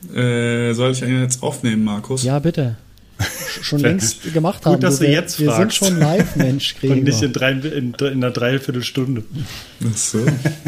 Soll ich ihn jetzt aufnehmen, Markus? Ja, bitte. Schon längst gemacht haben. Gut, dass du jetzt wir fragst. Wir sind schon live, Mensch, Gregor. Und nicht in einer Dreiviertelstunde. Ach so.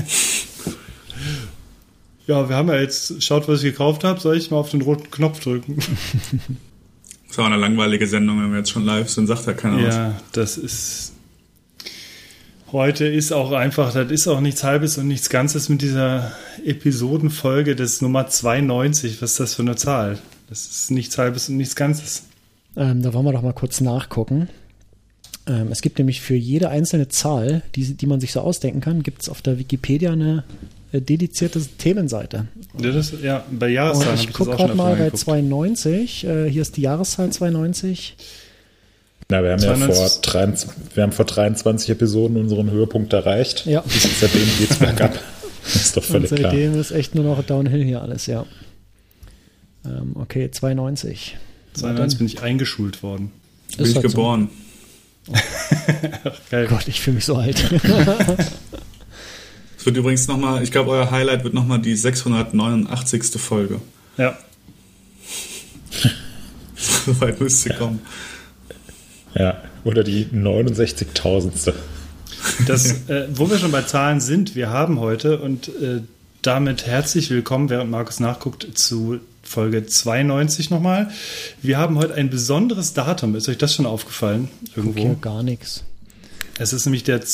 Ja, wir haben ja jetzt, schaut, was ich gekauft habe. Soll ich mal auf den roten Knopf drücken? Das war eine langweilige Sendung, wenn wir jetzt schon live sind, sagt ja keiner was. Ja, das ist... Heute ist auch einfach, das ist auch nichts Halbes und nichts Ganzes mit dieser Episodenfolge des Nummer 92. Was ist das für eine Zahl? Das ist nichts Halbes und nichts Ganzes. Da wollen wir doch mal kurz nachgucken. Es gibt nämlich für jede einzelne Zahl, die man sich so ausdenken kann, gibt es auf der Wikipedia eine dedizierte Themenseite. Ja, bei Jahreszahlen. Und ich gucke gerade mal bei 92. Hier ist die Jahreszahl 92. Na, wir haben vor 23 Episoden unseren Höhepunkt erreicht. Ja. Seitdem geht es bergab. Das ist doch völlig klar. Seitdem ist echt nur noch Downhill hier alles, ja. Okay, 92. 92 bin ich eingeschult worden. Bin ich geboren. So. Ach, geil. Gott, ich fühle mich so alt. Es wird übrigens nochmal, ich glaube, euer Highlight wird nochmal die 689. Folge. Ja. So weit müsst ihr kommen. Ja, oder die 69.000. Wo wir schon bei Zahlen sind, wir haben heute und damit herzlich willkommen, während Markus nachguckt, zu Folge 92 nochmal. Wir haben heute ein besonderes Datum. Ist euch das schon aufgefallen? Irgendwo? Okay, gar nichts. Es ist nämlich der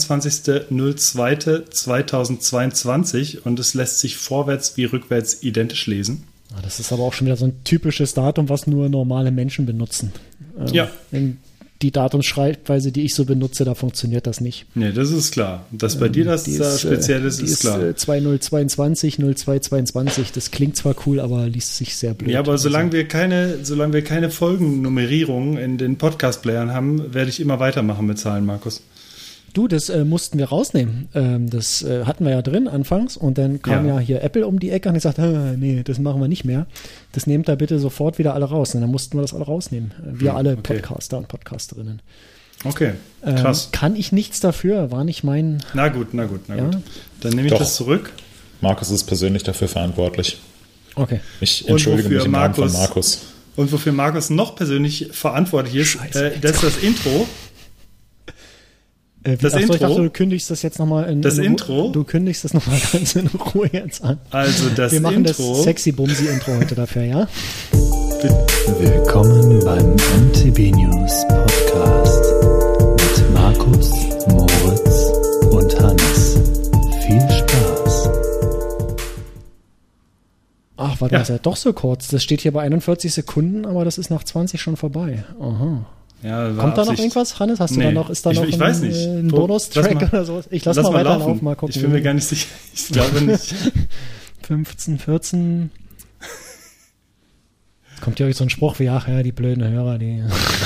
22.02.2022 und es lässt sich vorwärts wie rückwärts identisch lesen. Das ist aber auch schon wieder so ein typisches Datum, was nur normale Menschen benutzen. Ja. Die Datumsschreibweise, die ich so benutze, da funktioniert das nicht. Nee, das ist klar. Dass bei dir das speziell ist klar. 2022, 0222, das klingt zwar cool, aber liest sich sehr blöd. Ja, aber solange wir keine Folgennummerierung in den Podcast-Playern haben, werde ich immer weitermachen mit Zahlen, Markus. Du, das mussten wir rausnehmen. Das hatten wir ja drin anfangs und dann kam ja hier Apple um die Ecke und ich sagte, nee, das machen wir nicht mehr. Das nehmt da bitte sofort wieder alle raus. Und dann mussten wir das alle rausnehmen. Wir alle Podcaster und Podcasterinnen. Okay, krass. Kann ich nichts dafür, war nicht mein... Na gut. Ja? Dann nehme ich das zurück. Markus ist persönlich dafür verantwortlich. Okay. Ich entschuldige mich im Namen von Markus. Und wofür Markus noch persönlich verantwortlich ist, das ist das Intro. Ich dachte, du kündigst das jetzt nochmal Intro? Du kündigst das nochmal ganz in Ruhe jetzt an. Also das Intro. Wir machen das Sexy-Bumsi-Intro heute dafür, ja? Willkommen beim MTB News Podcast mit Markus, Moritz und Hannes. Viel Spaß. Ach, warte, das ist ja doch so kurz. Das steht hier bei 41 Sekunden, aber das ist nach 20 schon vorbei. Aha. Ja, kommt da noch irgendwas, Hannes? Hast du da noch, ist da noch ein Bonus-Track oder sowas? Ich lass mal weiter laufen, mal gucken. Ich bin mir gar nicht sicher. Ich glaube nicht. 15, 14. Kommt ja so ein Spruch wie, ach ja, die blöden Hörer, die...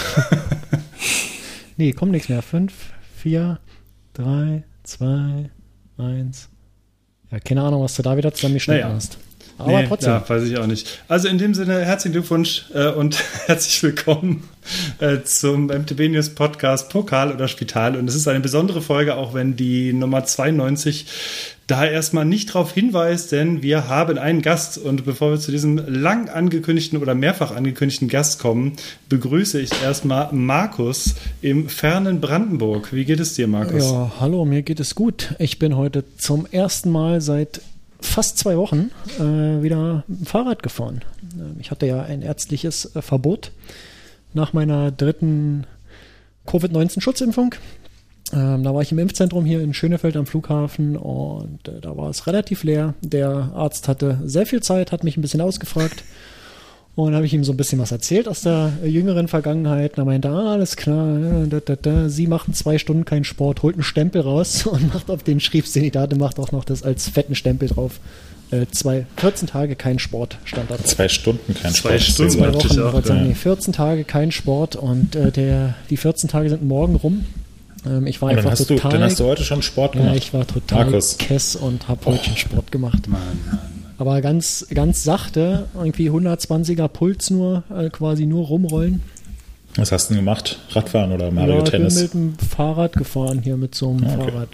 Nee, kommt nichts mehr. 5, 4, 3, 2, 1. Ja, keine Ahnung, was du da wieder zusammengeschnitten hast. Aber trotzdem. Ja, weiß ich auch nicht. Also in dem Sinne, herzlichen Glückwunsch und herzlich willkommen zum MTB News Podcast Pokal oder Spital. Und es ist eine besondere Folge, auch wenn die Nummer 92 da erstmal nicht drauf hinweist, denn wir haben einen Gast. Und bevor wir zu diesem lang angekündigten oder mehrfach angekündigten Gast kommen, begrüße ich erstmal Markus im fernen Brandenburg. Wie geht es dir, Markus? Ja, hallo, mir geht es gut. Ich bin heute zum ersten Mal seit fast 2 Wochen wieder Fahrrad gefahren. Ich hatte ja ein ärztliches Verbot nach meiner 3. Covid-19-Schutzimpfung. Da war ich im Impfzentrum hier in Schönefeld am Flughafen und da war es relativ leer. Der Arzt hatte sehr viel Zeit, hat mich ein bisschen ausgefragt und habe ich ihm so ein bisschen was erzählt aus der jüngeren Vergangenheit. Und er meinte, alles klar, Sie machen 2 Stunden keinen Sport, holt einen Stempel raus und macht auf den schrieb's, den ich da hatte, macht auch noch das als fetten Stempel drauf. 14 Tage kein Sport stand da. 2 Stunden kein Sport. 2 Stunden, 2 Wochen, sagen, 14 Tage kein Sport und die 14 Tage sind morgen rum. Ich war einfach total... Dann hast du heute schon Sport gemacht. Ja, ich war total kess und habe heute schon Sport gemacht. Mann. Aber ganz, ganz sachte, irgendwie 120er Puls nur, quasi nur rumrollen. Was hast du denn gemacht? Radfahren oder Mario Tennis? Ich bin mit dem Fahrrad gefahren, hier mit so einem Fahrrad.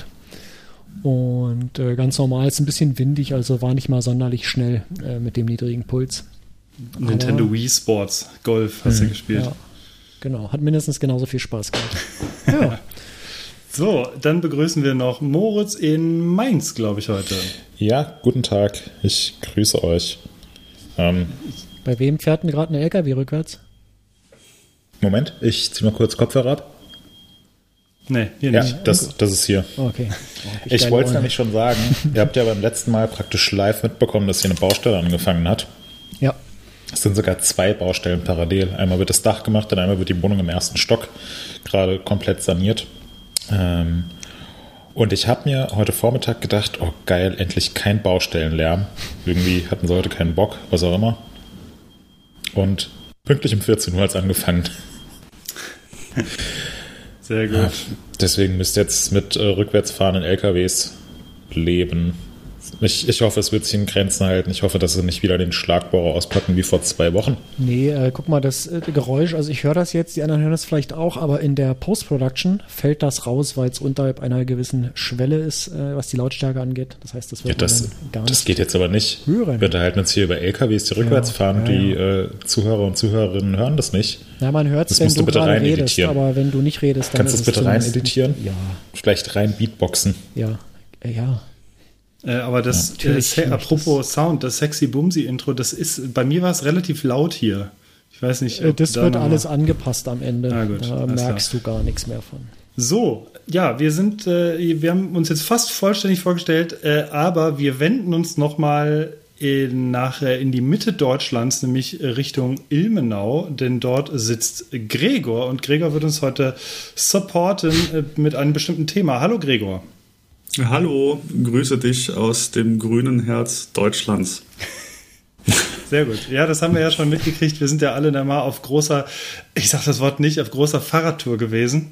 Und ganz normal, ist ein bisschen windig, also war nicht mal sonderlich schnell mit dem niedrigen Puls. Nintendo Wii Sports Golf hast du gespielt. Ja, genau. Hat mindestens genauso viel Spaß gemacht. Ja. So, dann begrüßen wir noch Moritz in Mainz, glaube ich, heute. Ja, guten Tag. Ich grüße euch. Bei wem fährt denn gerade ein LKW rückwärts? Moment, ich ziehe mal kurz Kopfhörer ab. Nee, hier Ja, nicht. das ist hier. Okay. Ich wollte es nämlich schon sagen. Ihr habt ja beim letzten Mal praktisch live mitbekommen, dass hier eine Baustelle angefangen hat. Ja. Es sind sogar 2 Baustellen parallel. Einmal wird das Dach gemacht und einmal wird die Wohnung im 1. Stock gerade komplett saniert. Und ich habe mir heute Vormittag gedacht, oh geil, endlich kein Baustellenlärm. Irgendwie hatten sie heute keinen Bock, was auch immer. Und pünktlich um 14 Uhr hat es angefangen. Sehr gut. Ja, deswegen müsst ihr jetzt mit rückwärts fahrenden LKWs leben. Ich hoffe, es wird sich in Grenzen halten. Ich hoffe, dass sie nicht wieder den Schlagbohrer auspacken wie vor 2 Wochen. Nee, guck mal, das Geräusch, also ich höre das jetzt, die anderen hören das vielleicht auch, aber in der Post-Production fällt das raus, weil es unterhalb einer gewissen Schwelle ist, was die Lautstärke angeht. Das heißt, das wird man dann gar nicht. Das geht jetzt aber nicht. hören. Wir unterhalten uns hier über LKWs, die rückwärts fahren. Die Zuhörer und Zuhörerinnen hören das nicht. Ja, man hört es, Das wenn musst du du bitte gerade rein redest, editieren. aber wenn du nicht redest, dann Kannst du ist das es bitte rein zumindest- editieren? Ja, Vielleicht rein Beatboxen. ja. Aber das, natürlich mache ich apropos Sound, das Sexy Bumsy-Intro, das ist, bei mir war es relativ laut hier. Ich weiß nicht. ob Das da wird noch alles mal- angepasst am Ende. Na gut, Da alles merkst du gar nichts mehr von. So, ja, wir haben uns jetzt fast vollständig vorgestellt, aber wir wenden uns nochmal nachher in die Mitte Deutschlands, nämlich Richtung Ilmenau, denn dort sitzt Gregor und Gregor wird uns heute supporten mit einem bestimmten Thema. Hallo Gregor. Hallo, grüße dich aus dem grünen Herz Deutschlands. Sehr gut. Ja, das haben wir ja schon mitgekriegt. Wir sind ja alle da mal auf großer, ich sag das Wort nicht, auf großer Fahrradtour gewesen.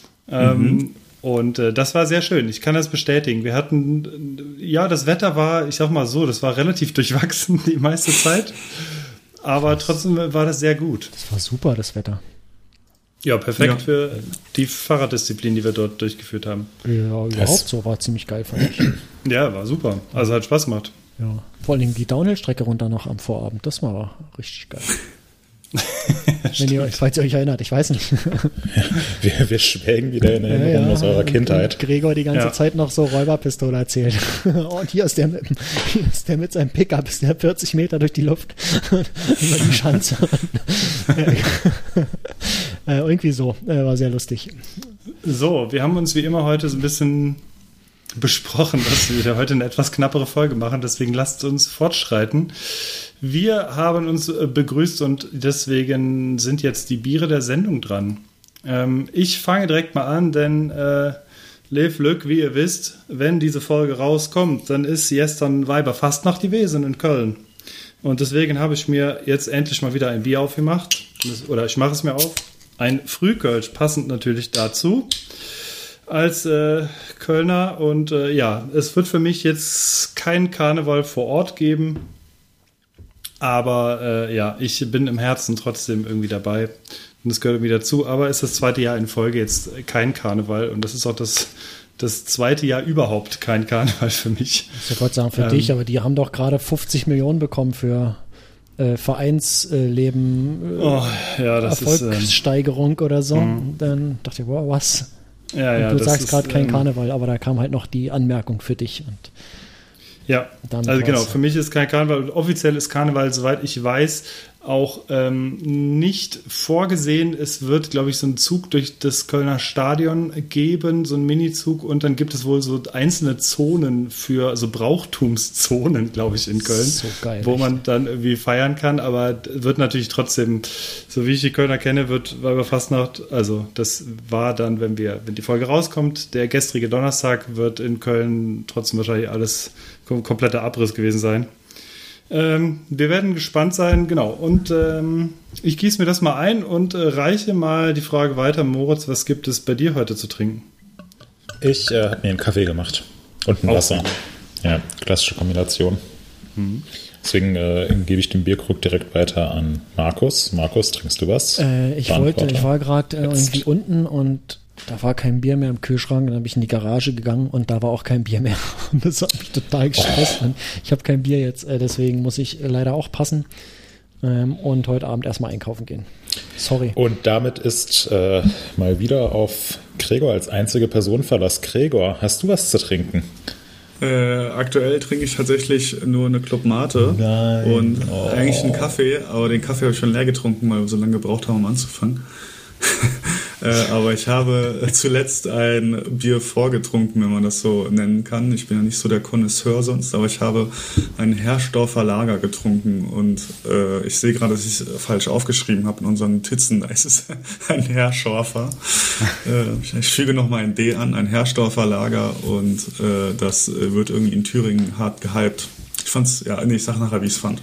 Und das war sehr schön. Ich kann das bestätigen. Wir hatten, ja, das Wetter war, ich sag mal so, das war relativ durchwachsen die meiste Zeit. Aber trotzdem war das sehr gut. Das war super, das Wetter. Ja, perfekt Ja. für die Fahrraddisziplin, die wir dort durchgeführt haben. Ja, überhaupt so war ziemlich geil, fand ich. Ja, war super. Also hat Spaß gemacht. Ja. Vor allem die Downhill-Strecke runter noch am Vorabend, das war richtig geil. Wenn ihr euch, falls ihr euch erinnert, ich weiß nicht. Wir schwelgen wieder in Erinnerungen aus eurer Kindheit. Und Gregor die ganze Ja. Zeit noch so Räuberpistole erzählt. Und hier ist der mit seinem Pickup, ist der 40 Meter durch die Luft über die Schanze. Irgendwie so, war sehr lustig. So, wir haben uns wie immer heute so ein bisschen besprochen, dass wir heute eine etwas knappere Folge machen. Deswegen lasst uns fortschreiten. Wir haben uns begrüßt und deswegen sind jetzt die Biere der Sendung dran. Ich fange direkt mal an, denn Lev Lück, wie ihr wisst, wenn diese Folge rauskommt, dann ist gestern Weiberfastnacht gewesen in Köln. Und deswegen habe ich mir jetzt endlich mal wieder ein Bier aufgemacht. Oder ich mache es mir auf. Ein Frühkölsch, passend natürlich dazu. Als Kölner. Und ja, es wird für mich jetzt kein Karneval vor Ort geben. Aber ja, ich bin im Herzen trotzdem irgendwie dabei. Und das gehört irgendwie dazu. Aber es ist das 2. Jahr in Folge jetzt kein Karneval. Und das ist auch das 2. Jahr überhaupt kein Karneval für mich. Ich wollte sagen für dich, aber die haben doch gerade 50 Millionen bekommen für Vereinsleben, ja, das Erfolgssteigerung oder so. Dann dachte ich, wow, was? Ja, du das sagst ist, gerade kein Karneval, aber da kam halt noch die Anmerkung für dich. Und ja, dann also genau, war's. für mich ist kein Karneval. Und offiziell ist Karneval, soweit ich weiß, auch nicht vorgesehen. Es wird, glaube ich, so einen Zug durch das Kölner Stadion geben, so einen Minizug. Und dann gibt es wohl so einzelne Zonen für, so Brauchtumszonen, glaube ich, in Köln, So geil, wo echt. man dann irgendwie feiern kann. Aber wird natürlich trotzdem, so wie ich die Kölner kenne, wird Weiberfastnacht, also das war dann, wenn die Folge rauskommt, der gestrige Donnerstag wird in Köln trotzdem wahrscheinlich alles kompletter Abriss gewesen sein. Wir werden gespannt sein, genau. Und ich gieße mir das mal ein und reiche mal die Frage weiter. Moritz, was gibt es bei dir heute zu trinken? Ich habe mir einen Kaffee gemacht und ein Wasser. Ja, klassische Kombination. Deswegen gebe ich den Bierkrug direkt weiter an Markus. Markus, trinkst du was? ich war gerade irgendwie unten und da war kein Bier mehr im Kühlschrank. Dann habe ich in die Garage gegangen und da war auch kein Bier mehr. Und das hat mich total gestresst. Ich habe kein Bier jetzt, deswegen muss ich leider auch passen. und heute Abend erstmal einkaufen gehen. Sorry. Und damit ist mal wieder auf Gregor als einzige Person Verlass. Gregor, hast du was zu trinken? Aktuell trinke ich tatsächlich nur eine Club Mate und eigentlich einen Kaffee, aber den Kaffee habe ich schon leer getrunken, weil wir so lange gebraucht haben, um anzufangen. Aber ich habe zuletzt ein Bier vorgetrunken, wenn man das so nennen kann. Ich bin ja nicht so der Connoisseur sonst, aber ich habe ein Herrsdorfer Lager getrunken und ich sehe gerade, dass ich es falsch aufgeschrieben habe in unseren Notizen. Da ist es ein Herrsdorfer. Ich füge nochmal ein D an, ein Herrsdorfer Lager und das wird irgendwie in Thüringen hart gehypt. Ich sag nachher, wie ich es fand.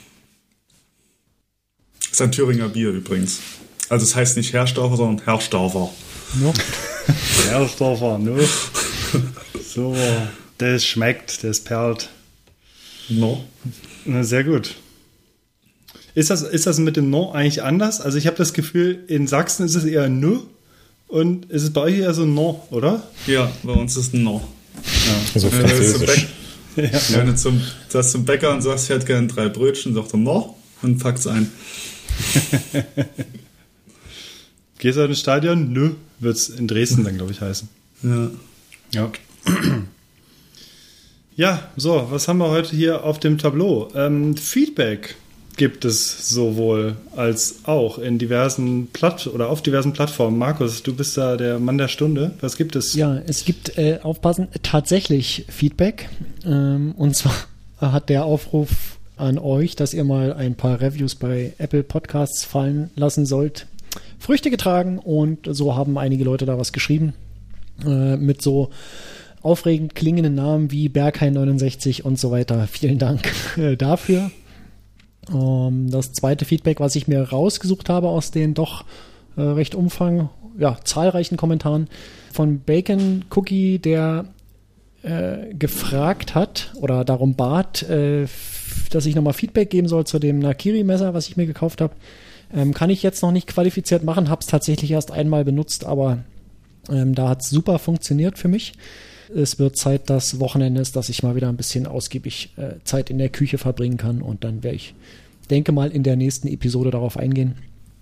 Ist ein Thüringer Bier übrigens. Also es heißt nicht Herrsdorfer, sondern Herrsdorfer. No. Herrsdorfer, no. So, das schmeckt, das perlt. No. Na, sehr gut. Ist das mit dem No eigentlich anders? Also ich habe das Gefühl, in Sachsen ist es eher No und ist es bei euch eher so No, oder? Ja, bei uns ist es No. Ja. So französisch. Wenn du zum Bäcker und sagst, ich hätte gerne 3 Brötchen, sagt er No und packt es ein. Gehst du ins Stadion? Nö, wird es in Dresden dann, glaube ich, heißen. Ja. Ja, so, was haben wir heute hier auf dem Tableau? Feedback gibt es sowohl als auch in diversen auf diversen Plattformen. Markus, du bist da der Mann der Stunde. Was gibt es? Ja, es gibt, aufpassen, tatsächlich Feedback. Und zwar hat der Aufruf an euch, dass ihr mal ein paar Reviews bei Apple Podcasts fallen lassen sollt, Früchte getragen, und so haben einige Leute da was geschrieben mit so aufregend klingenden Namen wie Berghain 69 und so weiter. Vielen Dank dafür. Das zweite Feedback, was ich mir rausgesucht habe aus den doch recht zahlreichen Kommentaren von Bacon Cookie, der gefragt hat oder darum bat, dass ich nochmal Feedback geben soll zu dem Nakiri-Messer, was ich mir gekauft habe. Kann ich jetzt noch nicht qualifiziert machen, habe es tatsächlich erst einmal benutzt, aber da hat es super funktioniert für mich. Es wird Zeit, das Wochenende ist, dass ich mal wieder ein bisschen ausgiebig Zeit in der Küche verbringen kann, und dann werde ich, denke mal, in der nächsten Episode darauf eingehen.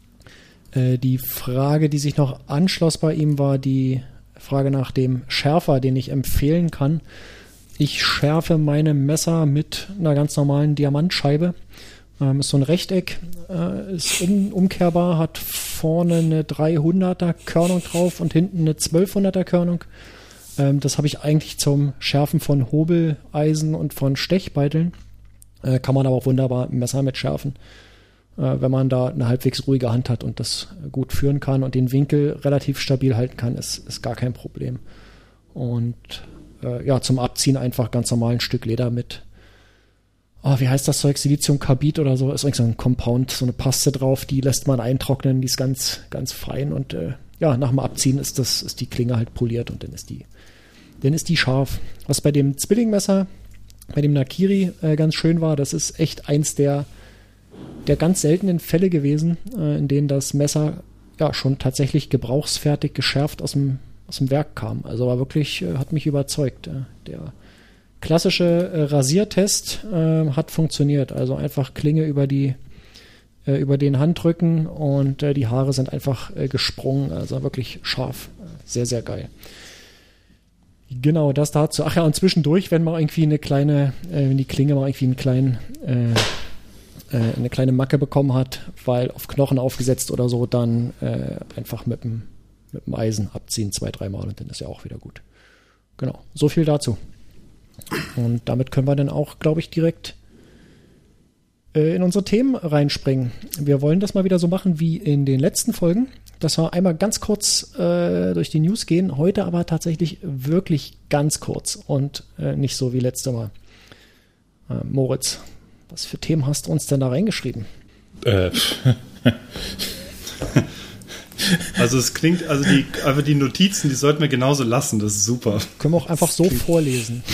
Die Frage, die sich noch anschloss bei ihm, war die Frage nach dem Schärfer, den ich empfehlen kann. Ich schärfe meine Messer mit einer ganz normalen Diamantscheibe. Ist so ein Rechteck, ist umkehrbar, hat vorne eine 300er Körnung drauf und hinten eine 1200er Körnung. Das habe ich eigentlich zum Schärfen von Hobeleisen und von Stechbeiteln. Kann man aber auch wunderbar ein Messer mit schärfen, wenn man da eine halbwegs ruhige Hand hat und das gut führen kann und den Winkel relativ stabil halten kann, ist gar kein Problem. Und zum Abziehen einfach ganz normal ein Stück Leder mit, wie heißt das Zeug? Siliziumkarbid oder so, ist eigentlich so ein Compound, so eine Paste drauf, die lässt man eintrocknen, die ist ganz, ganz fein, und nach dem Abziehen ist die Klinge halt poliert und dann ist die scharf. Was bei dem Zwillingmesser, bei dem Nakiri ganz schön war, das ist echt eins der ganz seltenen Fälle gewesen, in denen das Messer schon tatsächlich gebrauchsfertig geschärft aus dem Werk kam. Also war wirklich, hat mich überzeugt. Der klassische Rasiertest hat funktioniert. Also einfach Klinge über den Handrücken und die Haare sind einfach gesprungen. Also wirklich scharf. Sehr, sehr geil. Genau, das dazu. Ach ja, und zwischendurch, wenn man irgendwie wenn die Klinge mal irgendwie eine kleine Macke bekommen hat, weil auf Knochen aufgesetzt oder so, dann einfach mit dem Eisen abziehen 2-3 Mal und dann ist ja auch wieder gut. Genau, so viel dazu. Und damit können wir dann auch, glaube ich, direkt in unsere Themen reinspringen. Wir wollen das mal wieder so machen wie in den letzten Folgen, dass wir einmal ganz kurz durch die News gehen, heute aber tatsächlich wirklich ganz kurz und nicht so wie letztes Mal. Moritz, was für Themen hast du uns denn da reingeschrieben? Also es klingt, einfach die Notizen, die sollten wir genauso lassen, das ist super. Können wir auch einfach so vorlesen.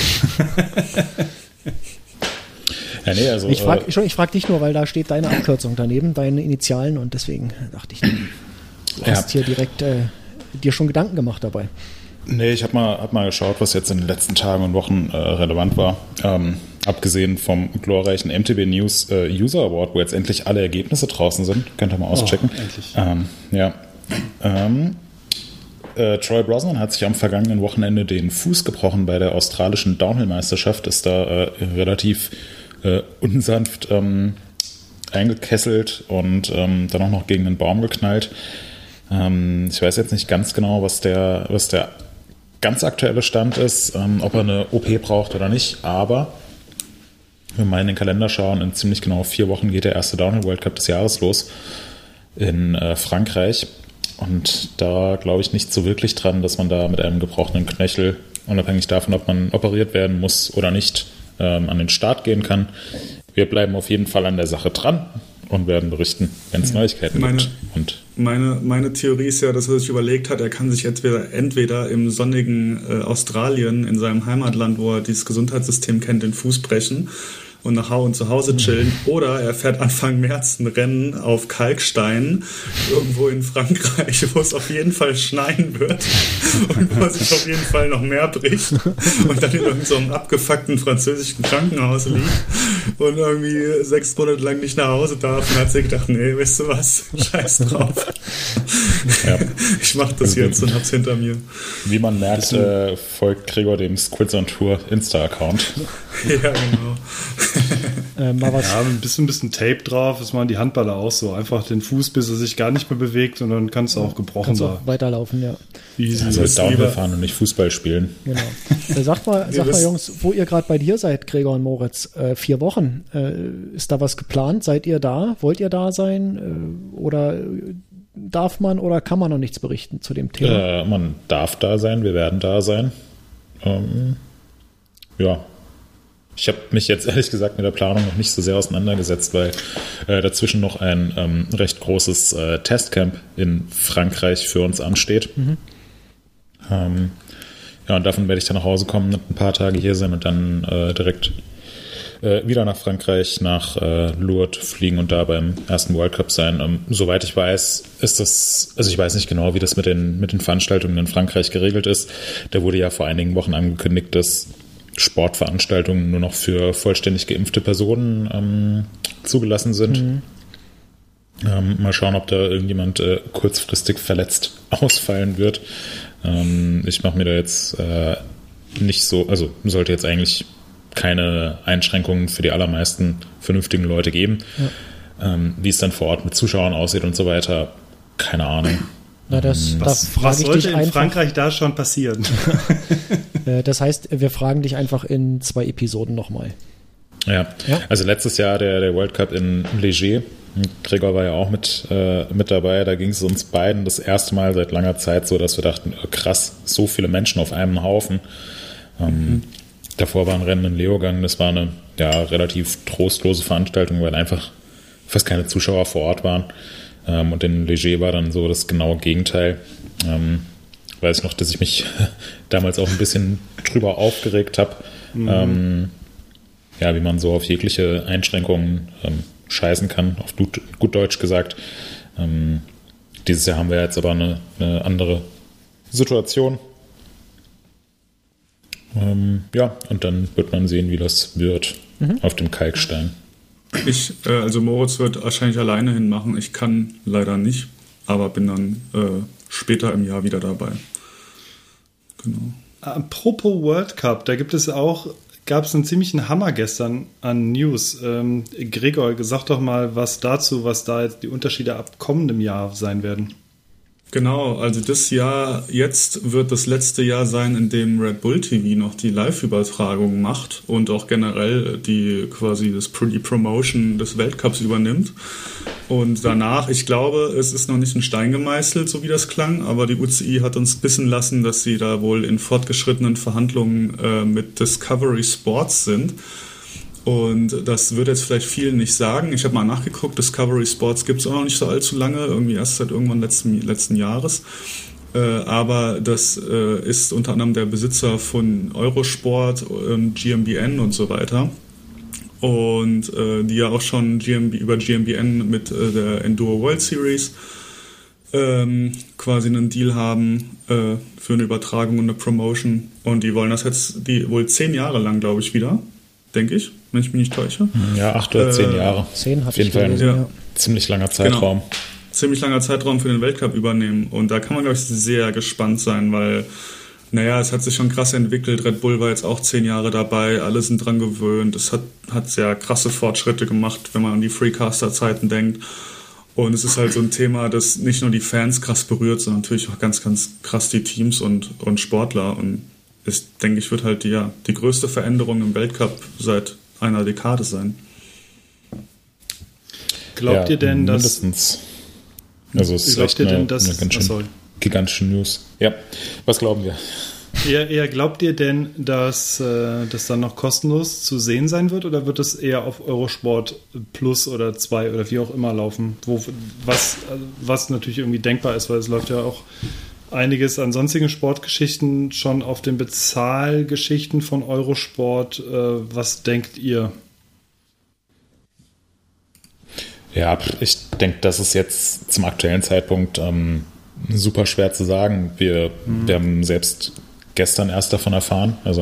Ja, nee, also, ich frag dich nur, weil da steht deine Abkürzung daneben, deine Initialen, und deswegen dachte ich, du hast hier direkt dir schon Gedanken gemacht dabei. Nee, ich hab mal geschaut, was jetzt in den letzten Tagen und Wochen relevant war. abgesehen vom glorreichen MTB News User Award, wo jetzt endlich alle Ergebnisse draußen sind. Könnt ihr mal auschecken. Troy Brosnan hat sich am vergangenen Wochenende den Fuß gebrochen bei der australischen Downhill-Meisterschaft, ist da relativ unsanft eingekesselt und dann auch noch gegen einen Baum geknallt. Ich weiß jetzt nicht ganz genau, was der ganz aktuelle Stand ist, ob er eine OP braucht oder nicht, aber wenn wir mal in den Kalender schauen, in ziemlich genau 4 Wochen geht der erste Downhill World Cup des Jahres los in Frankreich. Und da glaube ich nicht so wirklich dran, dass man da mit einem gebrochenen Knöchel, unabhängig davon, ob man operiert werden muss oder nicht, an den Start gehen kann. Wir bleiben auf jeden Fall an der Sache dran und werden berichten, wenn es Neuigkeiten gibt. Und meine Theorie ist ja, dass er sich überlegt hat, er kann sich entweder im sonnigen Australien, in seinem Heimatland, wo er dieses Gesundheitssystem kennt, den Fuß brechen und zu Hause chillen, oder er fährt Anfang März ein Rennen auf Kalkstein irgendwo in Frankreich, wo es auf jeden Fall schneien wird und wo er sich auf jeden Fall noch mehr bricht und dann in irgendeinem abgefuckten französischen Krankenhaus liegt und irgendwie 6 Monate lang nicht nach Hause darf und hat sich gedacht, nee, weißt du was, scheiß drauf. Ja. Ich mach das jetzt und hab's hinter mir. Wie man merkt, folgt Gregor dem Squids on Tour Insta-Account. Ja, genau. Ein bisschen Tape drauf, das machen die Handballer auch so. Einfach den Fuß, bis er sich gar nicht mehr bewegt und dann kannst du auch gebrochen da weiterlaufen, ja. Easy. Also Downhill fahren und nicht Fußball spielen. Genau. Sag mal Jungs, wo ihr gerade bei dir seid, Gregor und Moritz, 4 Wochen. Ist da was geplant? Seid ihr da? Wollt ihr da sein? Oder darf man oder kann man noch nichts berichten zu dem Thema? Man darf da sein, wir werden da sein. Ja. Ich habe mich jetzt ehrlich gesagt mit der Planung noch nicht so sehr auseinandergesetzt, weil dazwischen noch ein recht großes Testcamp in Frankreich für uns ansteht. Und davon werde ich dann nach Hause kommen und ein paar Tage hier sein und dann direkt wieder nach Frankreich, nach Lourdes fliegen und da beim ersten World Cup sein. Soweit ich weiß, ist das, also ich weiß nicht genau, wie das mit den Veranstaltungen in Frankreich geregelt ist. Da wurde ja vor einigen Wochen angekündigt, dass Sportveranstaltungen nur noch für vollständig geimpfte Personen zugelassen sind. Mal schauen, ob da irgendjemand kurzfristig verletzt ausfallen wird. Ich mache mir da jetzt nicht so, also sollte jetzt eigentlich keine Einschränkungen für die allermeisten vernünftigen Leute geben. Ja. Wie es dann vor Ort mit Zuschauern aussieht und so weiter, keine Ahnung. Na, was sollte in Frankreich da schon passieren? Das heißt, wir fragen dich einfach in 2 Episoden nochmal. Ja, also letztes Jahr der World Cup in Léger. Gregor war ja auch mit dabei. Da ging es uns beiden das erste Mal seit langer Zeit so, dass wir dachten, krass, so viele Menschen auf einem Haufen. Davor war ein Rennen in Leogang. Das war eine relativ trostlose Veranstaltung, weil einfach fast keine Zuschauer vor Ort waren. Und in Léger war dann so das genaue Gegenteil. Weiß noch, dass ich mich damals auch ein bisschen drüber aufgeregt habe, wie man so auf jegliche Einschränkungen scheißen kann, auf gut Deutsch gesagt. Dieses Jahr haben wir jetzt aber eine andere Situation. Und dann wird man sehen, wie das wird auf dem Kalkstein. Also Moritz wird wahrscheinlich alleine hinmachen. Ich kann leider nicht, aber bin dann später im Jahr wieder dabei. Genau. Apropos World Cup, da gab es einen ziemlichen Hammer gestern an News. Gregor, sag doch mal was dazu, was da jetzt die Unterschiede ab kommendem Jahr sein werden. Genau, also das Jahr jetzt wird das letzte Jahr sein, in dem Red Bull TV noch die Live-Übertragung macht und auch generell die Promotion des Weltcups übernimmt. Und danach, ich glaube, es ist noch nicht in Stein gemeißelt, so wie das klang, aber die UCI hat uns wissen lassen, dass sie da wohl in fortgeschrittenen Verhandlungen mit Discovery Sports sind. Und das wird jetzt vielleicht vielen nicht sagen. Ich habe mal nachgeguckt, Discovery Sports gibt es auch noch nicht so allzu lange, irgendwie erst seit irgendwann letzten Jahres. Aber das ist unter anderem der Besitzer von Eurosport, GmbN und so weiter. Und die ja auch schon über GmbN mit der Enduro World Series quasi einen Deal haben für eine Übertragung und eine Promotion. Und die wollen das jetzt wohl 10 Jahre lang, glaube ich, wieder. denke ich, wenn ich mich nicht täusche. Ja, 8 oder 10 Jahre. 10 hat auf jeden Fall ein ja. ziemlich langer Zeitraum. Genau. Ziemlich langer Zeitraum für den Weltcup übernehmen. Und da kann man, glaube ich, sehr gespannt sein, weil, naja, es hat sich schon krass entwickelt. Red Bull war jetzt auch 10 Jahre dabei, alle sind dran gewöhnt. Es hat sehr krasse Fortschritte gemacht, wenn man an die Freecaster-Zeiten denkt. Und es ist halt so ein Thema, das nicht nur die Fans krass berührt, sondern natürlich auch ganz, ganz krass die Teams und Sportler. Und es, denke ich, wird halt die größte Veränderung im Weltcup seit einer Dekade sein. Glaubt ihr denn, dass... Mindestens. Also es ist echt eine ganz schön gigantische News. Ja, was glauben wir? Eher glaubt ihr denn, dass das dann noch kostenlos zu sehen sein wird, oder wird es eher auf Eurosport Plus oder 2 oder wie auch immer laufen? Was natürlich irgendwie denkbar ist, weil es läuft ja auch einiges an sonstigen Sportgeschichten schon auf den Bezahlgeschichten von Eurosport. Was denkt ihr? Ja, ich denke, das ist jetzt zum aktuellen Zeitpunkt super schwer zu sagen. Wir haben selbst gestern erst davon erfahren, also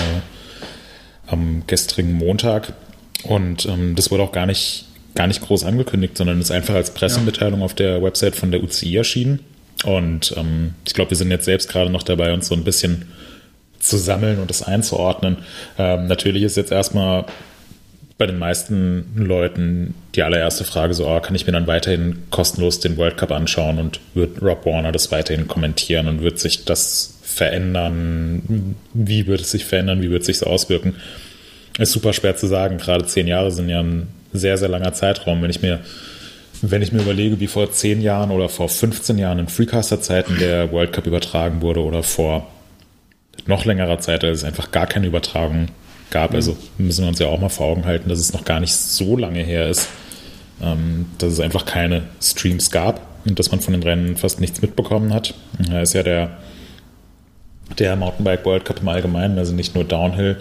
am gestrigen Montag. Und das wurde auch gar nicht groß angekündigt, sondern ist einfach als Pressemitteilung auf der Website von der UCI erschienen. Und ich glaube, wir sind jetzt selbst gerade noch dabei, uns so ein bisschen zu sammeln und das einzuordnen. Natürlich ist jetzt erstmal bei den meisten Leuten die allererste Frage so, kann ich mir dann weiterhin kostenlos den World Cup anschauen, und wird Rob Warner das weiterhin kommentieren und wird sich das verändern? Wie wird es sich verändern? Wie wird es sich auswirken? Ist super schwer zu sagen. Gerade 10 Jahre sind ja ein sehr, sehr langer Zeitraum. Wenn ich mir überlege, wie vor 10 Jahren oder vor 15 Jahren in Freecaster-Zeiten der World Cup übertragen wurde oder vor noch längerer Zeit, als es einfach gar keine Übertragung gab. Also müssen wir uns ja auch mal vor Augen halten, dass es noch gar nicht so lange her ist, dass es einfach keine Streams gab und dass man von den Rennen fast nichts mitbekommen hat. Da ist ja der Mountainbike World Cup im Allgemeinen, also nicht nur Downhill,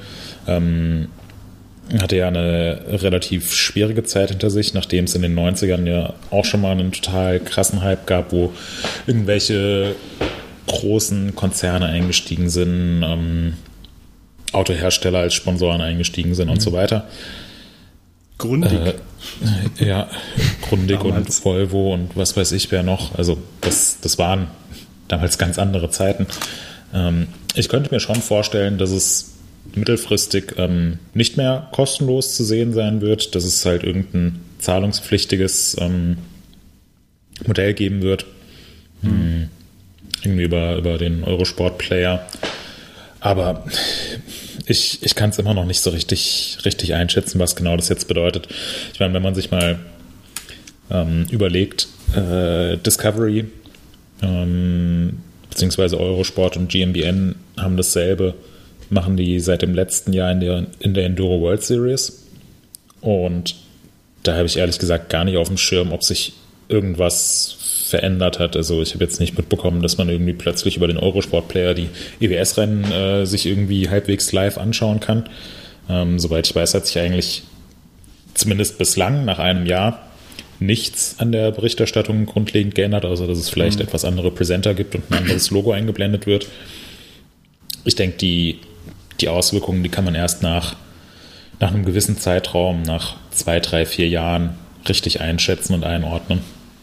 hatte ja eine relativ schwierige Zeit hinter sich, nachdem es in den 90ern ja auch schon mal einen total krassen Hype gab, wo irgendwelche großen Konzerne eingestiegen sind, Autohersteller als Sponsoren eingestiegen sind und so weiter. Grundig. Grundig und Volvo und was weiß ich wer noch. Also das waren damals ganz andere Zeiten. Ich könnte mir schon vorstellen, dass es mittelfristig nicht mehr kostenlos zu sehen sein wird, dass es halt irgendein zahlungspflichtiges Modell geben wird. Irgendwie über den Eurosport-Player. Aber ich kann es immer noch nicht so richtig einschätzen, was genau das jetzt bedeutet. Ich meine, wenn man sich mal überlegt, Discovery beziehungsweise Eurosport und GmbN haben dasselbe, machen die seit dem letzten Jahr in der Enduro World Series. Und da habe ich ehrlich gesagt gar nicht auf dem Schirm, ob sich irgendwas verändert hat. Also ich habe jetzt nicht mitbekommen, dass man irgendwie plötzlich über den Eurosport-Player die EWS-Rennen sich irgendwie halbwegs live anschauen kann. Soweit ich weiß, hat sich eigentlich zumindest bislang nach einem Jahr nichts an der Berichterstattung grundlegend geändert, außer dass es vielleicht etwas andere Presenter gibt und ein anderes Logo eingeblendet wird. Ich denke, die Auswirkungen, die kann man erst nach einem gewissen Zeitraum, nach 2, 3, 4 Jahren richtig einschätzen und einordnen.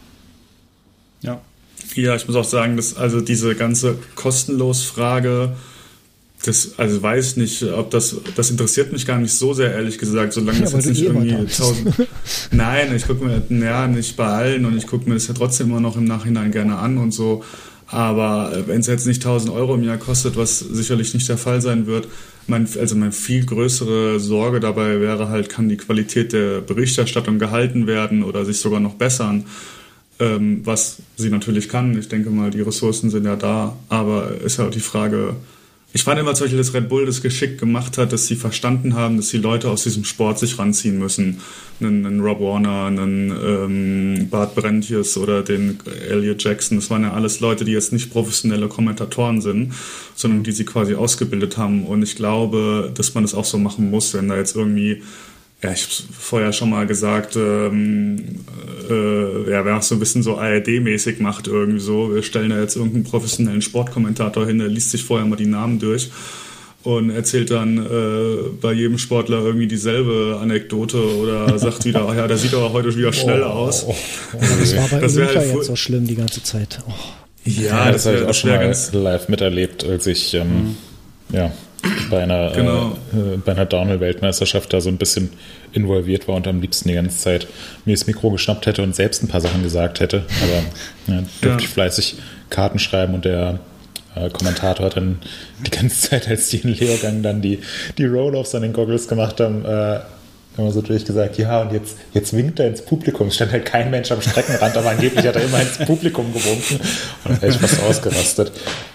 Ja, ich muss auch sagen, dass also diese ganze Kostenlos-Frage, also weiß nicht, ob das interessiert mich gar nicht so sehr, ehrlich gesagt, solange das jetzt nicht irgendwie 1000. Nein, ich gucke mir nicht bei allen, und ich gucke mir das ja trotzdem immer noch im Nachhinein gerne an und so. Aber wenn es jetzt nicht 1.000 Euro im Jahr kostet, was sicherlich nicht der Fall sein wird, meine viel größere Sorge dabei wäre halt, kann die Qualität der Berichterstattung gehalten werden oder sich sogar noch bessern. Was sie natürlich kann. Ich denke mal, die Ressourcen sind ja da, aber ist ja auch die Frage. Ich fand immer zum Beispiel, dass Red Bull das geschickt gemacht hat, dass sie verstanden haben, dass die Leute aus diesem Sport sich ranziehen müssen. Einen Rob Warner, einen Bart Brentjes oder den Elliot Jackson. Das waren ja alles Leute, die jetzt nicht professionelle Kommentatoren sind, sondern die sie quasi ausgebildet haben. Und ich glaube, dass man das auch so machen muss, wenn da jetzt irgendwie, ja, ich habe es vorher schon mal gesagt, wer auch so ein bisschen so ARD-mäßig macht irgendwie so. Wir stellen da jetzt irgendeinen professionellen Sportkommentator hin, der liest sich vorher mal die Namen durch und erzählt dann bei jedem Sportler irgendwie dieselbe Anekdote oder sagt wieder, ja, der sieht aber heute wieder schneller aus. Das war bei Olympia halt jetzt so schlimm die ganze Zeit. Ja, das habe ich auch schon mal live miterlebt, als ich bei einer Downhill-Weltmeisterschaft da so ein bisschen involviert war und am liebsten die ganze Zeit mir das Mikro geschnappt hätte und selbst ein paar Sachen gesagt hätte. Aber durfte ich fleißig Karten schreiben und der Kommentator hat dann die ganze Zeit, als die in Leogang dann die Roll-Offs an den Goggles gemacht haben, immer so durchgesagt, ja, und jetzt winkt er ins Publikum. Es stand halt kein Mensch am Streckenrand, aber angeblich hat er immer ins Publikum gewunken. Und dann wäre ich fast ausgerastet.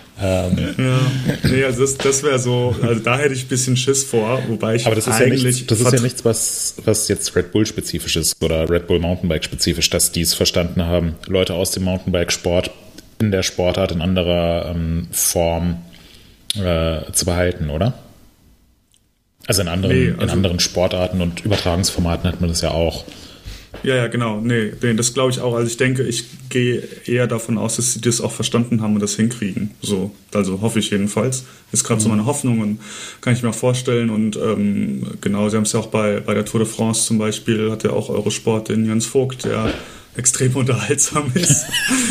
Nee, also das wäre so, also da hätte ich ein bisschen Schiss vor, wobei ich aber das ist ja nichts, was jetzt Red Bull spezifisch ist oder Red Bull Mountainbike spezifisch, dass die es verstanden haben, Leute aus dem Mountainbike-Sport in der Sportart in anderer Form zu behalten, oder? Also in anderen Sportarten und Übertragungsformaten hat man das ja auch. Ja, genau. Nee, das glaube ich auch. Also ich denke, ich gehe eher davon aus, dass sie das auch verstanden haben und das hinkriegen. So, also hoffe ich jedenfalls. Ist gerade so meine Hoffnung und kann ich mir auch vorstellen. Und genau, sie haben es ja auch bei der Tour de France zum Beispiel, hat ja auch Eurosport den Jens Vogt, der extrem unterhaltsam ist.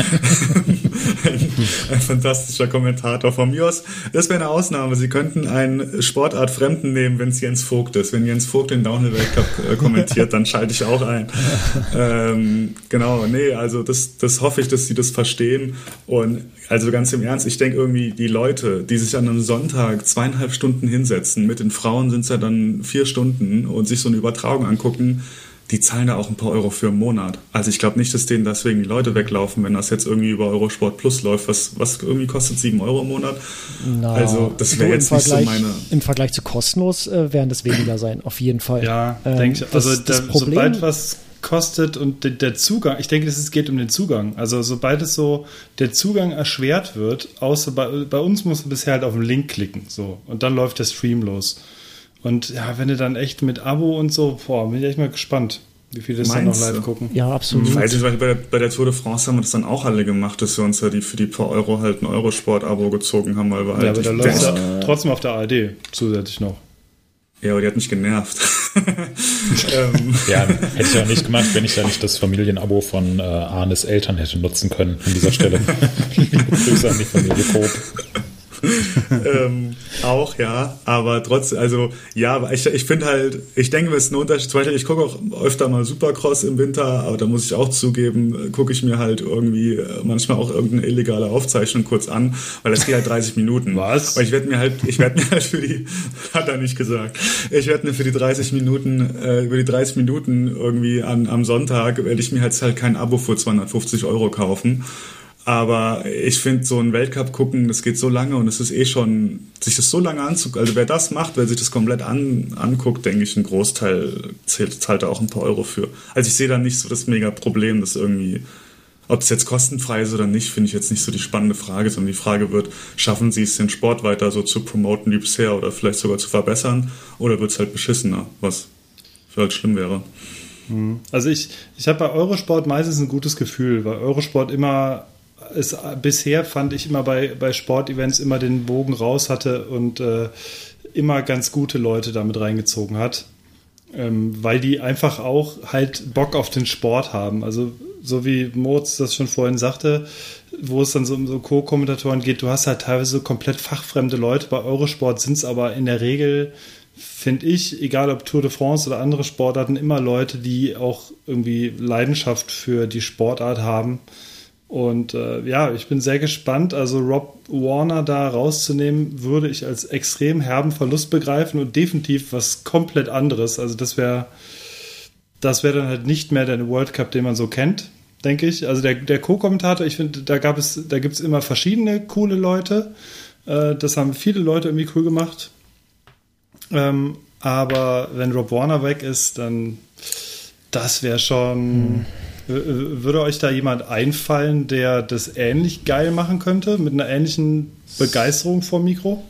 ein fantastischer Kommentator von mir aus. Das wäre eine Ausnahme. Sie könnten einen Sportartfremden nehmen, wenn es Jens Vogt ist. Wenn Jens Vogt den Downhill-Weltcup kommentiert, dann schalte ich auch ein. Genau, nee, also das hoffe ich, dass sie das verstehen. Und also ganz im Ernst, ich denke irgendwie, die Leute, die sich an einem Sonntag 2,5 Stunden hinsetzen, mit den Frauen sind es ja dann 4 Stunden und sich so eine Übertragung angucken, die zahlen da auch ein paar Euro für einen Monat. Also ich glaube nicht, dass denen deswegen die Leute weglaufen, wenn das jetzt irgendwie über Eurosport Plus läuft, was irgendwie kostet 7 Euro im Monat. Also das wäre jetzt nicht so meine... Im Vergleich zu kostenlos werden das weniger sein, auf jeden Fall. Ja, denke ich. Also sobald was kostet und der Zugang, ich denke, es geht um den Zugang. Also sobald es so der Zugang erschwert wird, außer bei uns muss man bisher halt auf den Link klicken, so, und dann läuft der Stream los. Und ja, wenn du dann echt mit Abo und so, bin ich echt mal gespannt, wie viele das dann noch live gucken. Ja, absolut. Weiß ich, weil bei der Tour de France haben wir das dann auch alle gemacht, dass wir uns ja für die paar Euro halt ein Eurosport-Abo gezogen haben, weil wir halt... Ja, aber da läuft ja trotzdem auf der ARD zusätzlich noch. Ja, aber die hat mich genervt. Ja, hätte ich auch nicht gemacht, wenn ich da nicht das Familienabo von Arnes Eltern hätte nutzen können an dieser Stelle. Liebe Grüße an die Familie Koop. Auch, ja, aber trotzdem, also ja, aber ich finde halt, ich denke, es ist ein Unterschied. Zum Beispiel, ich gucke auch öfter mal Supercross im Winter, aber da muss ich auch zugeben, gucke ich mir halt irgendwie manchmal auch irgendeine illegale Aufzeichnung kurz an, weil das geht halt 30 Minuten. Was? Aber ich werde mir halt für die, hat er nicht gesagt, ich werde mir für die 30 Minuten, über die 30 Minuten irgendwie am Sonntag, werde ich mir halt kein Abo für 250 Euro kaufen. Aber ich finde, so ein Weltcup gucken, das geht so lange und es ist schon, sich das so lange anzugucken, also wer das macht, wer sich das komplett anguckt, denke ich, ein Großteil zahlt da auch ein paar Euro für. Also ich sehe da nicht so das mega Problem, dass irgendwie, ob es jetzt kostenfrei ist oder nicht, finde ich jetzt nicht so die spannende Frage, sondern die Frage wird, schaffen sie es, den Sport weiter so zu promoten wie bisher oder vielleicht sogar zu verbessern, oder wird es halt beschissener, was halt schlimm wäre. Also ich habe bei Eurosport meistens ein gutes Gefühl, weil Eurosport immer... bisher fand ich immer bei Sportevents immer den Bogen raus hatte und immer ganz gute Leute damit reingezogen hat, weil die einfach auch halt Bock auf den Sport haben. Also so wie Moritz das schon vorhin sagte, wo es dann so um so Co-Kommentatoren geht, du hast halt teilweise so komplett fachfremde Leute. Bei Eurosport sind es aber in der Regel, finde ich, egal ob Tour de France oder andere Sportarten, immer Leute, die auch irgendwie Leidenschaft für die Sportart haben. Und ich bin sehr gespannt. Also Rob Warner da rauszunehmen, würde ich als extrem herben Verlust begreifen und definitiv was komplett anderes. Also das wäre dann halt nicht mehr der World Cup, den man so kennt, denke ich. Also der Co-Kommentator, ich finde, da gibt es immer verschiedene coole Leute. Das haben viele Leute irgendwie cool gemacht. Aber wenn Rob Warner weg ist, dann das wäre schon... Würde euch da jemand einfallen, der das ähnlich geil machen könnte, mit einer ähnlichen Begeisterung vor Mikro?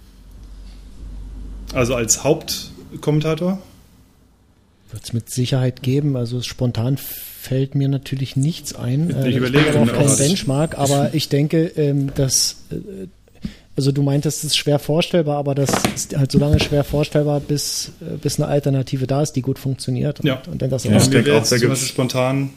Also als Hauptkommentator? Wird es mit Sicherheit geben. Also spontan fällt mir natürlich nichts ein. Ich überlege auch kein Benchmark, aber ich denke, dass Also du meintest, es ist schwer vorstellbar, aber das ist halt so lange schwer vorstellbar, bis eine Alternative da ist, die gut funktioniert. Und dann das auch. Ich denke auch, da gibt es spontan.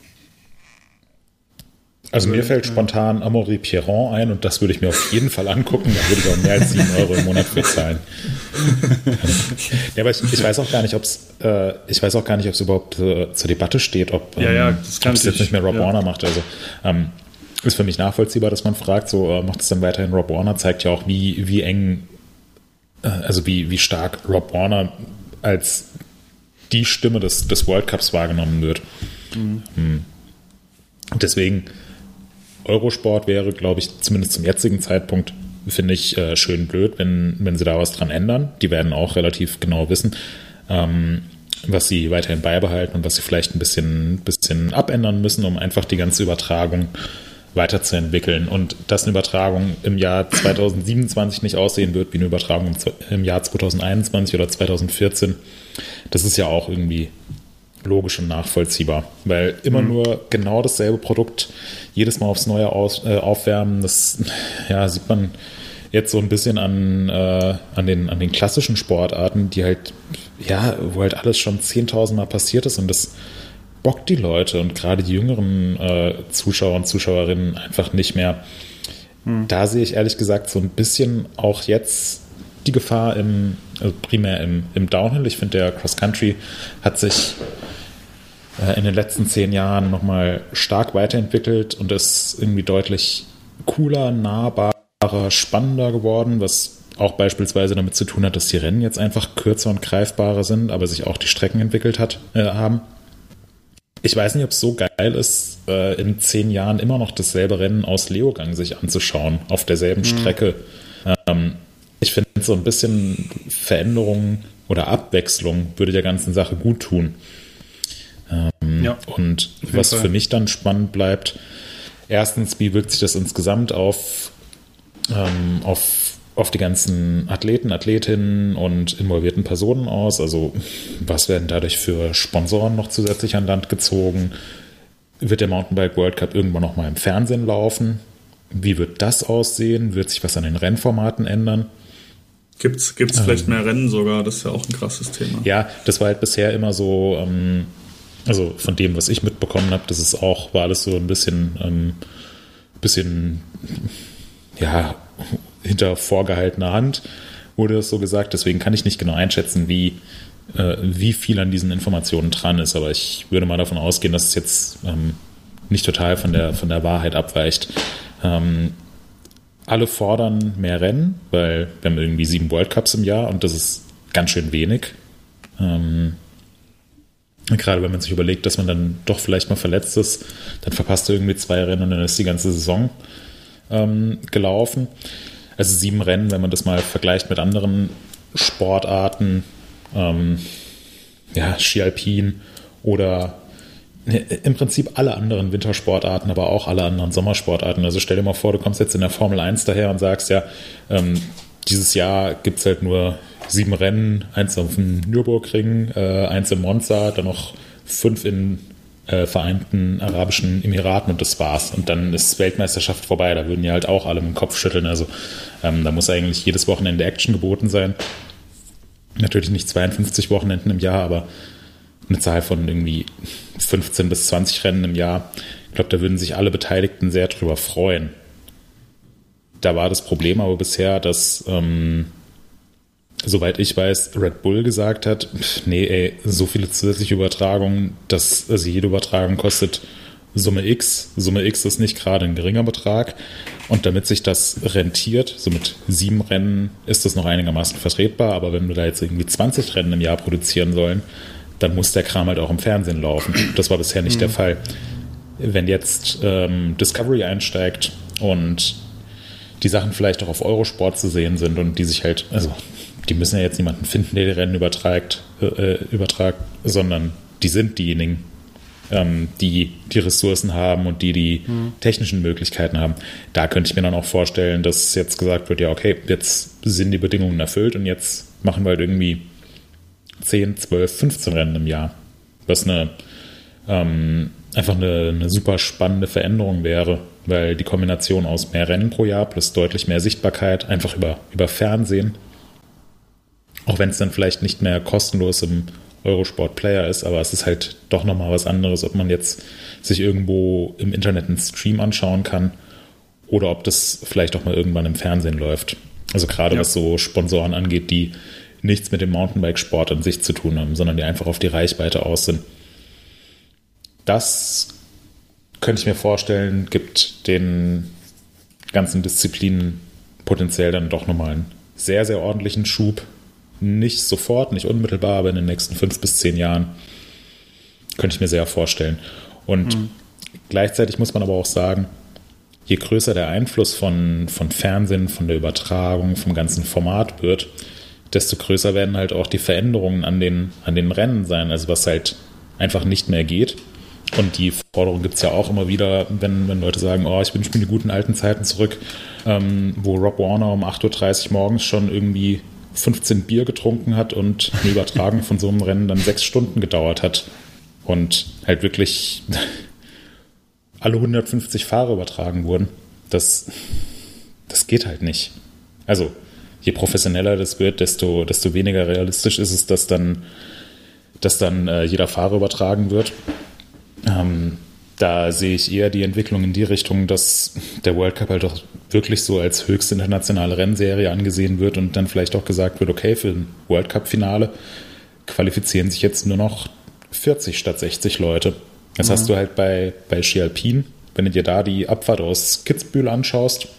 Also mir fällt spontan Amaury Pierron ein und das würde ich mir auf jeden Fall angucken. Da würde ich auch mehr als 7 Euro im Monat für zahlen. Ja, aber ich weiß auch gar nicht, ob es überhaupt zur Debatte steht, ob es jetzt nicht mehr Rob Warner macht. Also ist für mich nachvollziehbar, dass man fragt, so macht es dann weiterhin Rob Warner, zeigt ja auch, wie eng, also wie stark Rob Warner als die Stimme des World Cups wahrgenommen wird. Mhm. Und deswegen Eurosport wäre, glaube ich, zumindest zum jetzigen Zeitpunkt, finde ich, schön blöd, wenn sie da was dran ändern. Die werden auch relativ genau wissen, was sie weiterhin beibehalten und was sie vielleicht ein bisschen abändern müssen, um einfach die ganze Übertragung weiterzuentwickeln. Und dass eine Übertragung im Jahr 2027 nicht aussehen wird wie eine Übertragung im Jahr 2021 oder 2014, das ist ja auch irgendwie logisch und nachvollziehbar, weil immer nur genau dasselbe Produkt jedes Mal aufs Neue aufwärmen, das sieht man jetzt so ein bisschen an den klassischen Sportarten, die halt, wo halt alles schon 10.000 Mal passiert ist und das bockt die Leute und gerade die jüngeren Zuschauer und Zuschauerinnen einfach nicht mehr. Da sehe ich ehrlich gesagt so ein bisschen auch jetzt die Gefahr primär im Downhill. Ich finde, der Cross Country hat sich in den letzten 10 Jahren nochmal stark weiterentwickelt und ist irgendwie deutlich cooler, nahbarer, spannender geworden, was auch beispielsweise damit zu tun hat, dass die Rennen jetzt einfach kürzer und greifbarer sind, aber sich auch die Strecken entwickelt haben. Ich weiß nicht, ob es so geil ist, in 10 Jahren immer noch dasselbe Rennen aus Leogang sich anzuschauen, auf derselben Strecke. Ich finde, so ein bisschen Veränderung oder Abwechslung würde der ganzen Sache gut tun. Und was für mich dann spannend bleibt, erstens, wie wirkt sich das insgesamt auf die ganzen Athleten, Athletinnen und involvierten Personen aus? Also was werden dadurch für Sponsoren noch zusätzlich an Land gezogen? Wird der Mountainbike World Cup irgendwann noch mal im Fernsehen laufen? Wie wird das aussehen? Wird sich was an den Rennformaten ändern? Gibt's vielleicht mehr Rennen sogar? Das ist ja auch ein krasses Thema. Ja, das war halt bisher immer so, also von dem, was ich mitbekommen habe, war alles so ein bisschen hinter vorgehaltener Hand wurde es so gesagt. Deswegen kann ich nicht genau einschätzen, wie viel an diesen Informationen dran ist. Aber ich würde mal davon ausgehen, dass es jetzt nicht total von der Wahrheit abweicht. Alle fordern mehr Rennen, weil wir haben irgendwie 7 World Cups im Jahr und das ist ganz schön wenig. Gerade wenn man sich überlegt, dass man dann doch vielleicht mal verletzt ist, dann verpasst er irgendwie 2 Rennen und dann ist die ganze Saison gelaufen. Also 7 Rennen, wenn man das mal vergleicht mit anderen Sportarten, Ski Alpin oder im Prinzip alle anderen Wintersportarten, aber auch alle anderen Sommersportarten. Also stell dir mal vor, du kommst jetzt in der Formel 1 daher und sagst, dieses Jahr gibt es halt nur 7 Rennen, 1 auf dem Nürburgring, 1 in Monza, dann noch 5 in Vereinten Arabischen Emiraten und das war's. Und dann ist Weltmeisterschaft vorbei. Da würden ja halt auch alle mit dem Kopf schütteln. Also da muss eigentlich jedes Wochenende Action geboten sein. Natürlich nicht 52 Wochenenden im Jahr, aber eine Zahl von irgendwie 15 bis 20 Rennen im Jahr. Ich glaube, da würden sich alle Beteiligten sehr drüber freuen. Da war das Problem aber bisher, dass, soweit ich weiß, Red Bull gesagt hat, so viele zusätzliche Übertragungen, dass jede Übertragung kostet Summe X. Summe X ist nicht gerade ein geringer Betrag. Und damit sich das rentiert, so mit 7 Rennen ist das noch einigermaßen vertretbar, aber wenn wir da jetzt irgendwie 20 Rennen im Jahr produzieren sollen, dann muss der Kram halt auch im Fernsehen laufen. Das war bisher nicht der Fall. Wenn jetzt Discovery einsteigt und die Sachen vielleicht auch auf Eurosport zu sehen sind und die sich halt, also die müssen ja jetzt niemanden finden, der die Rennen übertragt, sondern die sind diejenigen, die die Ressourcen haben und die technischen Möglichkeiten haben. Da könnte ich mir dann auch vorstellen, dass jetzt gesagt wird, ja okay, jetzt sind die Bedingungen erfüllt und jetzt machen wir halt irgendwie 10, 12, 15 Rennen im Jahr. Was eine einfach eine super spannende Veränderung wäre, weil die Kombination aus mehr Rennen pro Jahr plus deutlich mehr Sichtbarkeit, einfach über Fernsehen, auch wenn es dann vielleicht nicht mehr kostenlos im Eurosport Player ist, aber es ist halt doch nochmal was anderes, ob man jetzt sich irgendwo im Internet einen Stream anschauen kann oder ob das vielleicht auch mal irgendwann im Fernsehen läuft. Also gerade was so Sponsoren angeht, die nichts mit dem Mountainbike-Sport an sich zu tun haben, sondern die einfach auf die Reichweite aus sind. Das könnte ich mir vorstellen, gibt den ganzen Disziplinen potenziell dann doch nochmal einen sehr, sehr ordentlichen Schub. Nicht sofort, nicht unmittelbar, aber in den nächsten 5 bis 10 Jahren könnte ich mir sehr vorstellen. Und gleichzeitig muss man aber auch sagen, je größer der Einfluss von Fernsehen, von der Übertragung, vom ganzen Format wird, desto größer werden halt auch die Veränderungen an den Rennen sein, also was halt einfach nicht mehr geht. Und die Forderung gibt es ja auch immer wieder, wenn Leute sagen, oh, ich wünsche mir die guten alten Zeiten zurück, wo Rob Warner um 8.30 Uhr morgens schon irgendwie 15 Bier getrunken hat und eine Übertragung von so einem Rennen dann 6 Stunden gedauert hat und halt wirklich alle 150 Fahrer übertragen wurden. Das geht halt nicht. Also je professioneller das wird, desto weniger realistisch ist es, dass dann jeder Fahrer übertragen wird. Da sehe ich eher die Entwicklung in die Richtung, dass der World Cup halt doch wirklich so als höchste internationale Rennserie angesehen wird und dann vielleicht auch gesagt wird, okay, für ein World Cup-Finale qualifizieren sich jetzt nur noch 40 statt 60 Leute. Das hast du halt bei Ski Alpin, wenn du dir da die Abfahrt aus Kitzbühel anschaust,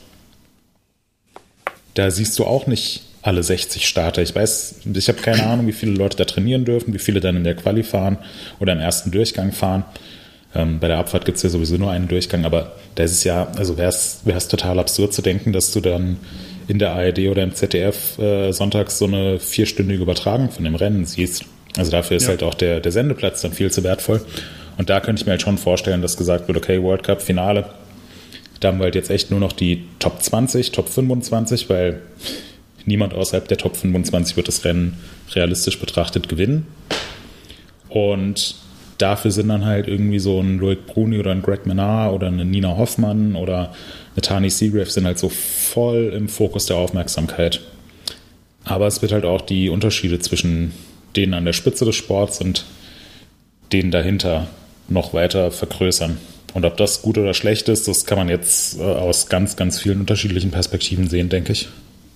da siehst du auch nicht alle 60 Starter. Ich habe keine Ahnung, wie viele Leute da trainieren dürfen, wie viele dann in der Quali fahren oder im ersten Durchgang fahren. Bei der Abfahrt gibt es ja sowieso nur einen Durchgang, aber da ist es ja, also wäre es total absurd zu denken, dass du dann in der ARD oder im ZDF sonntags so eine 4-stündige Übertragung von dem Rennen siehst. Also dafür ist halt auch der Sendeplatz dann viel zu wertvoll. Und da könnte ich mir halt schon vorstellen, dass gesagt wird, okay, World Cup Finale, da haben wir halt jetzt echt nur noch die Top 20, Top 25, weil niemand außerhalb der Top 25 wird das Rennen realistisch betrachtet gewinnen. Und dafür sind dann halt irgendwie so ein Loic Bruni oder ein Greg Menard oder eine Nina Hoffmann oder eine Tahnée Seagrave sind halt so voll im Fokus der Aufmerksamkeit. Aber es wird halt auch die Unterschiede zwischen denen an der Spitze des Sports und denen dahinter noch weiter vergrößern. Und ob das gut oder schlecht ist, das kann man jetzt aus ganz, ganz vielen unterschiedlichen Perspektiven sehen, denke ich.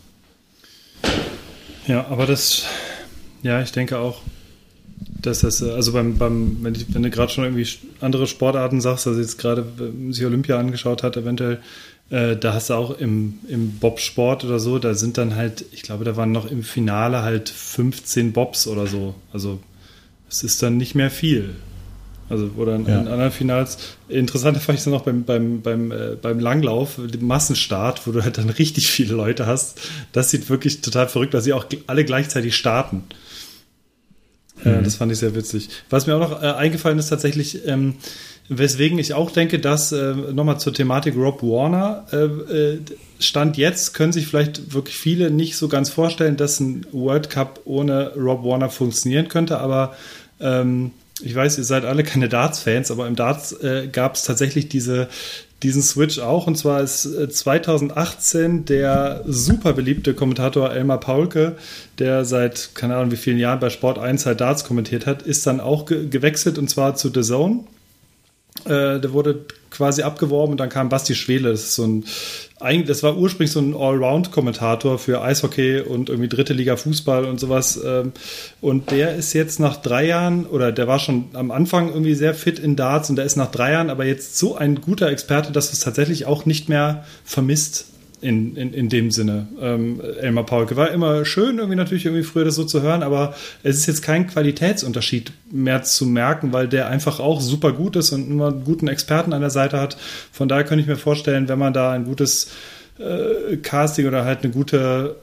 Ja, aber ich denke auch, dass das, also wenn du gerade schon irgendwie andere Sportarten sagst, also jetzt gerade sich Olympia angeschaut hat, eventuell, da hast du auch im Bobsport oder so, da sind dann halt, ich glaube, da waren noch im Finale halt 15 Bobs oder so. Also es ist dann nicht mehr viel. Also, oder in anderen Finals. Interessanter fand ich es noch beim Langlauf, dem Massenstart, wo du halt dann richtig viele Leute hast. Das sieht wirklich total verrückt, dass sie auch alle gleichzeitig starten. Das fand ich sehr witzig. Was mir auch noch eingefallen ist tatsächlich, weswegen ich auch denke, dass, nochmal zur Thematik Rob Warner, Stand jetzt können sich vielleicht wirklich viele nicht so ganz vorstellen, dass ein World Cup ohne Rob Warner funktionieren könnte, aber ich weiß, ihr seid alle keine Darts-Fans, aber im Darts gab es tatsächlich diesen Switch auch. Und zwar ist 2018 der super beliebte Kommentator Elmar Paulke, der seit, keine Ahnung wie vielen Jahren bei Sport 1 halt Darts kommentiert hat, ist dann auch gewechselt und zwar zu The Zone. Der wurde quasi abgeworben und dann kam Basti Schwele. Das war ursprünglich so ein Allround-Kommentator für Eishockey und irgendwie 3. Liga Fußball und sowas. Und der ist jetzt nach 3 Jahren, oder der war schon am Anfang irgendwie sehr fit in Darts und der ist nach 3 Jahren aber jetzt so ein guter Experte, dass du es tatsächlich auch nicht mehr vermisst in dem Sinne. Elmar Paulke war immer schön, natürlich früher das so zu hören, aber es ist jetzt kein Qualitätsunterschied mehr zu merken, weil der einfach auch super gut ist und immer einen guten Experten an der Seite hat. Von daher könnte ich mir vorstellen, wenn man da ein gutes Casting oder halt eine gute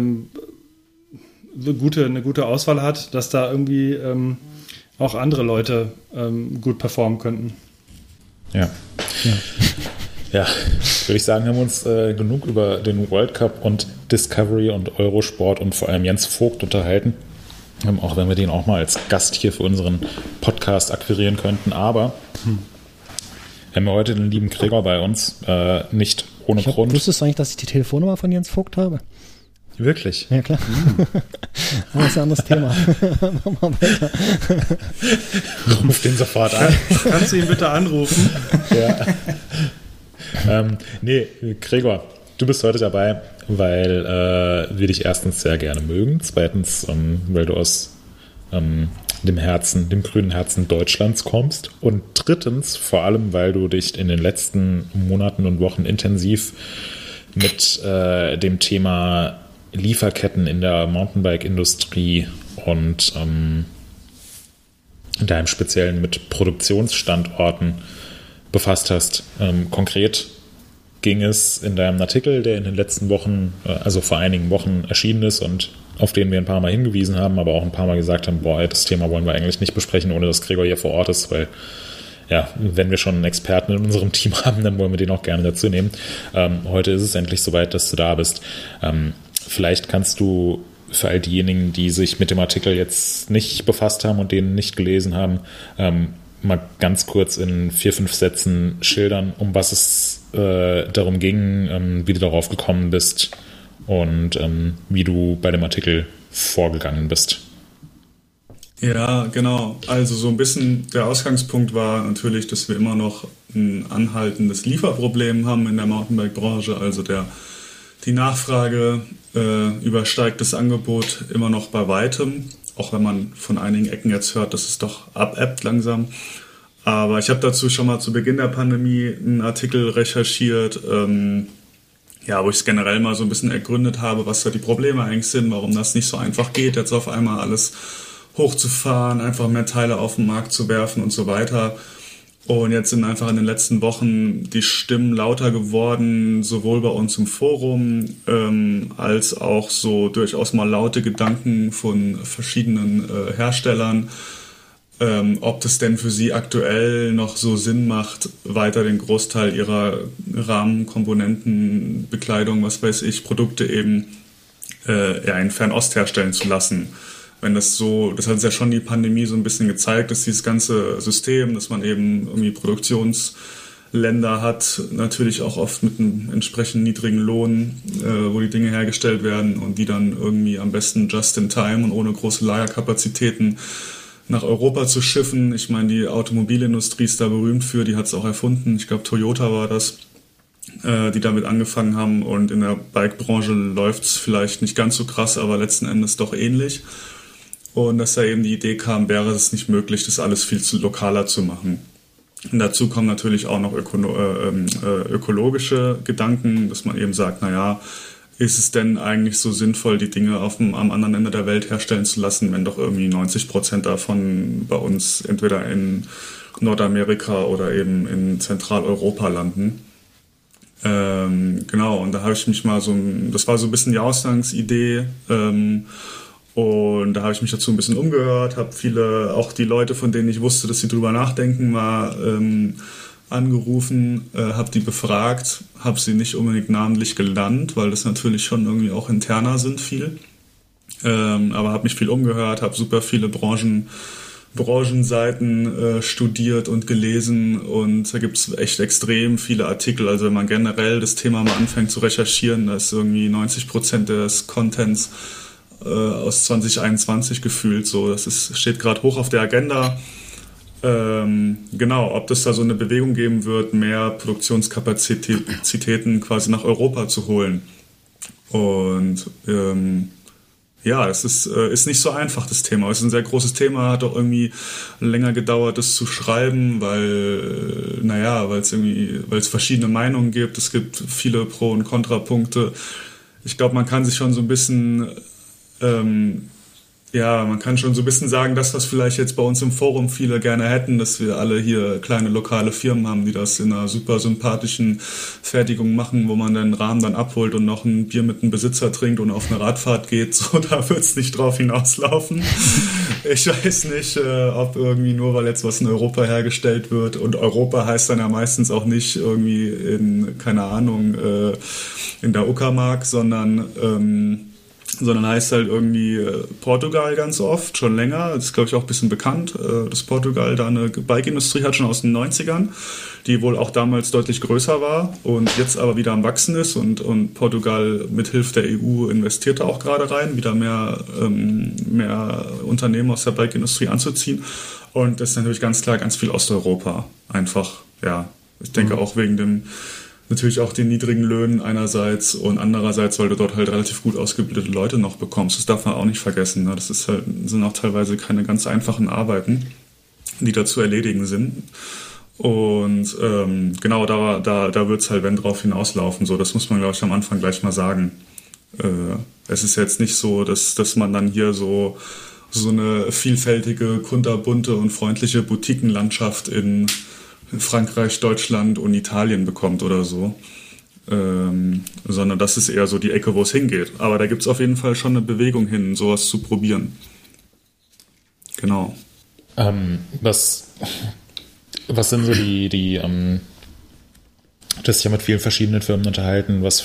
Auswahl hat, dass da irgendwie auch andere Leute gut performen könnten. Ja, würde ich sagen, haben wir uns genug über den World Cup und Discovery und Eurosport und vor allem Jens Vogt unterhalten. Auch wenn wir den auch mal als Gast hier für unseren Podcast akquirieren könnten. Aber haben wir heute den lieben Gregor bei uns, nicht ohne Grund. Wusstest du eigentlich, dass ich die Telefonnummer von Jens Vogt habe? Wirklich? Ja, klar. Das ist ein anderes Thema. Machen wir weiter. Ruf den sofort an. Kannst du ihn bitte anrufen? Ja. Nee, Gregor, du bist heute dabei, weil wir dich erstens sehr gerne mögen, zweitens, weil du aus dem grünen Herzen Deutschlands kommst und drittens vor allem, weil du dich in den letzten Monaten und Wochen intensiv mit dem Thema Lieferketten in der Mountainbike-Industrie und da im Speziellen mit Produktionsstandorten befasst hast. Konkret ging es in deinem Artikel, der in den letzten Wochen, also vor einigen Wochen erschienen ist und auf den wir ein paar Mal hingewiesen haben, aber auch ein paar Mal gesagt haben, das Thema wollen wir eigentlich nicht besprechen, ohne dass Gregor hier vor Ort ist, weil ja, wenn wir schon einen Experten in unserem Team haben, dann wollen wir den auch gerne dazu nehmen. Heute ist es endlich soweit, dass du da bist. Vielleicht kannst du für all diejenigen, die sich mit dem Artikel jetzt nicht befasst haben und den nicht gelesen haben, mal ganz kurz in 4-5 Sätzen schildern, um was es darum ging, wie du darauf gekommen bist und wie du bei dem Artikel vorgegangen bist. Ja, genau. Also so ein bisschen der Ausgangspunkt war natürlich, dass wir immer noch ein anhaltendes Lieferproblem haben in der Mountainbike-Branche. Also die Nachfrage übersteigt das Angebot immer noch bei weitem, auch wenn man von einigen Ecken jetzt hört, dass es doch abebbt langsam. Aber ich habe dazu schon mal zu Beginn der Pandemie einen Artikel recherchiert, wo ich es generell mal so ein bisschen ergründet habe, was da die Probleme eigentlich sind, warum das nicht so einfach geht, jetzt auf einmal alles hochzufahren, einfach mehr Teile auf den Markt zu werfen und so weiter. Und jetzt sind einfach in den letzten Wochen die Stimmen lauter geworden, sowohl bei uns im Forum als auch so durchaus mal laute Gedanken von verschiedenen Herstellern, ob das denn für sie aktuell noch so Sinn macht, weiter den Großteil ihrer Rahmenkomponenten, Bekleidung, was weiß ich, Produkte eben in Fernost herstellen zu lassen. Wenn das hat uns ja schon die Pandemie so ein bisschen gezeigt, dass dieses ganze System, dass man eben irgendwie Produktionsländer hat, natürlich auch oft mit einem entsprechend niedrigen Lohn, wo die Dinge hergestellt werden und die dann irgendwie am besten just in time und ohne große Lagerkapazitäten nach Europa zu schiffen. Ich meine, die Automobilindustrie ist da berühmt für, die hat es auch erfunden. Ich glaube, Toyota war das, die damit angefangen haben. Und in der Bike-Branche läuft es vielleicht nicht ganz so krass, aber letzten Endes doch ähnlich. Und dass da eben die Idee kam, wäre es nicht möglich, das alles viel zu lokaler zu machen. Und dazu kommen natürlich auch noch ökologische Gedanken, dass man eben sagt, ist es denn eigentlich so sinnvoll, die Dinge am anderen Ende der Welt herstellen zu lassen, wenn doch irgendwie 90% davon bei uns entweder in Nordamerika oder eben in Zentraleuropa landen. Genau, und da habe ich mich das war so ein bisschen die Ausgangsidee, und da habe ich mich dazu ein bisschen umgehört, habe auch die Leute, von denen ich wusste, dass sie drüber nachdenken, mal angerufen, habe die befragt, habe sie nicht unbedingt namentlich genannt, weil das natürlich schon irgendwie auch interner sind viel. Aber habe mich viel umgehört, habe super viele Branchenseiten studiert und gelesen und da gibt es echt extrem viele Artikel. Also wenn man generell das Thema mal anfängt zu recherchieren, da ist irgendwie 90% des Contents aus 2021 gefühlt so. Steht gerade hoch auf der Agenda. Genau, ob das da so eine Bewegung geben wird, mehr Produktionskapazitäten quasi nach Europa zu holen. Und es ist nicht so einfach, das Thema. Es ist ein sehr großes Thema, hat auch irgendwie länger gedauert, das zu schreiben, weil es verschiedene Meinungen gibt. Es gibt viele Pro- und Kontrapunkte. Ich glaube, man kann sich schon so ein bisschen man kann schon so ein bisschen sagen, dass das vielleicht jetzt bei uns im Forum viele gerne hätten, dass wir alle hier kleine lokale Firmen haben, die das in einer super sympathischen Fertigung machen, wo man den Rahmen dann abholt und noch ein Bier mit einem Besitzer trinkt und auf eine Radfahrt geht. So, da wird es nicht drauf hinauslaufen. Ich weiß nicht, ob irgendwie nur, weil jetzt was in Europa hergestellt wird, und Europa heißt dann ja meistens auch nicht irgendwie in der Uckermark, sondern sondern heißt halt irgendwie Portugal ganz oft, schon länger. Das ist, glaube ich, auch ein bisschen bekannt, dass Portugal da eine Bike-Industrie hat, schon aus den 90ern, die wohl auch damals deutlich größer war und jetzt aber wieder am Wachsen ist und Portugal mithilfe der EU investiert da auch gerade rein, wieder mehr Unternehmen aus der Bike-Industrie anzuziehen. Und das ist natürlich ganz klar ganz viel Osteuropa. Einfach, ja, ich denke auch wegen dem natürlich auch den niedrigen Löhnen einerseits und andererseits, weil du dort halt relativ gut ausgebildete Leute noch bekommst. Das darf man auch nicht vergessen. Ne? Das ist halt, sind auch teilweise keine ganz einfachen Arbeiten, die da zu erledigen sind. Und genau, da wird es halt, wenn drauf hinauslaufen. So, das muss man, glaube ich, am Anfang gleich mal sagen. Es ist jetzt nicht so, dass man dann hier so eine vielfältige, kunterbunte und freundliche Boutiquenlandschaft in Frankreich, Deutschland und Italien bekommt oder so, sondern das ist eher so die Ecke, wo es hingeht. Aber da gibt es auf jeden Fall schon eine Bewegung hin, sowas zu probieren. Genau. Was sind so die das sich ja mit vielen verschiedenen Firmen unterhalten, was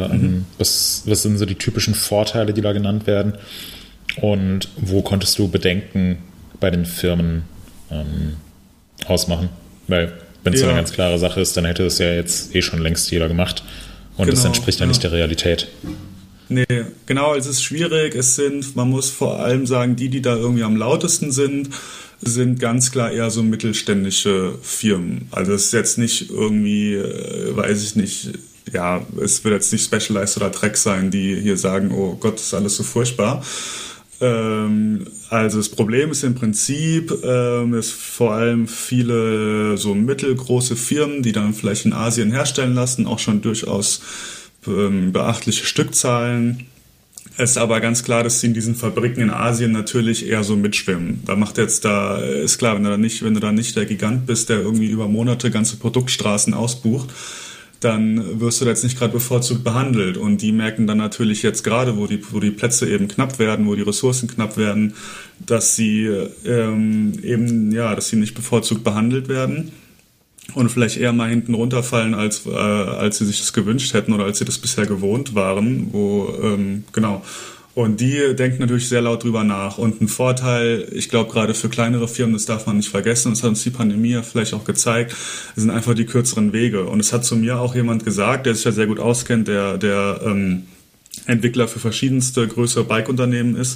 sind so die typischen Vorteile, die da genannt werden und wo konntest du Bedenken bei den Firmen ausmachen? Weil wenn es so eine ganz klare Sache ist, dann hätte es ja jetzt schon längst jeder gemacht und das entspricht ja nicht der Realität. Nee, genau, es ist schwierig. Man muss vor allem sagen, die da irgendwie am lautesten sind ganz klar eher so mittelständische Firmen. Also es ist jetzt nicht irgendwie, weiß ich nicht, ja, es wird jetzt nicht Specialized oder Trek sein, die hier sagen, oh Gott, ist alles so furchtbar. Also das Problem ist im Prinzip, dass vor allem viele so mittelgroße Firmen, die dann vielleicht in Asien herstellen lassen, auch schon durchaus beachtliche Stückzahlen. Es ist aber ganz klar, dass sie in diesen Fabriken in Asien natürlich eher so mitschwimmen. Ist klar, wenn du da nicht der Gigant bist, der irgendwie über Monate ganze Produktstraßen ausbucht, dann wirst du da jetzt nicht gerade bevorzugt behandelt. Und die merken dann natürlich jetzt gerade, wo die Plätze eben knapp werden, wo die Ressourcen knapp werden, dass sie dass sie nicht bevorzugt behandelt werden und vielleicht eher mal hinten runterfallen, als sie sich das gewünscht hätten oder als sie das bisher gewohnt waren. Genau. Und die denken natürlich sehr laut drüber nach. Und ein Vorteil, ich glaube gerade für kleinere Firmen, das darf man nicht vergessen, das hat uns die Pandemie ja vielleicht auch gezeigt, sind einfach die kürzeren Wege. Und es hat zu mir auch jemand gesagt, der sich ja sehr gut auskennt, der Entwickler für verschiedenste größere Bike-Unternehmen ist,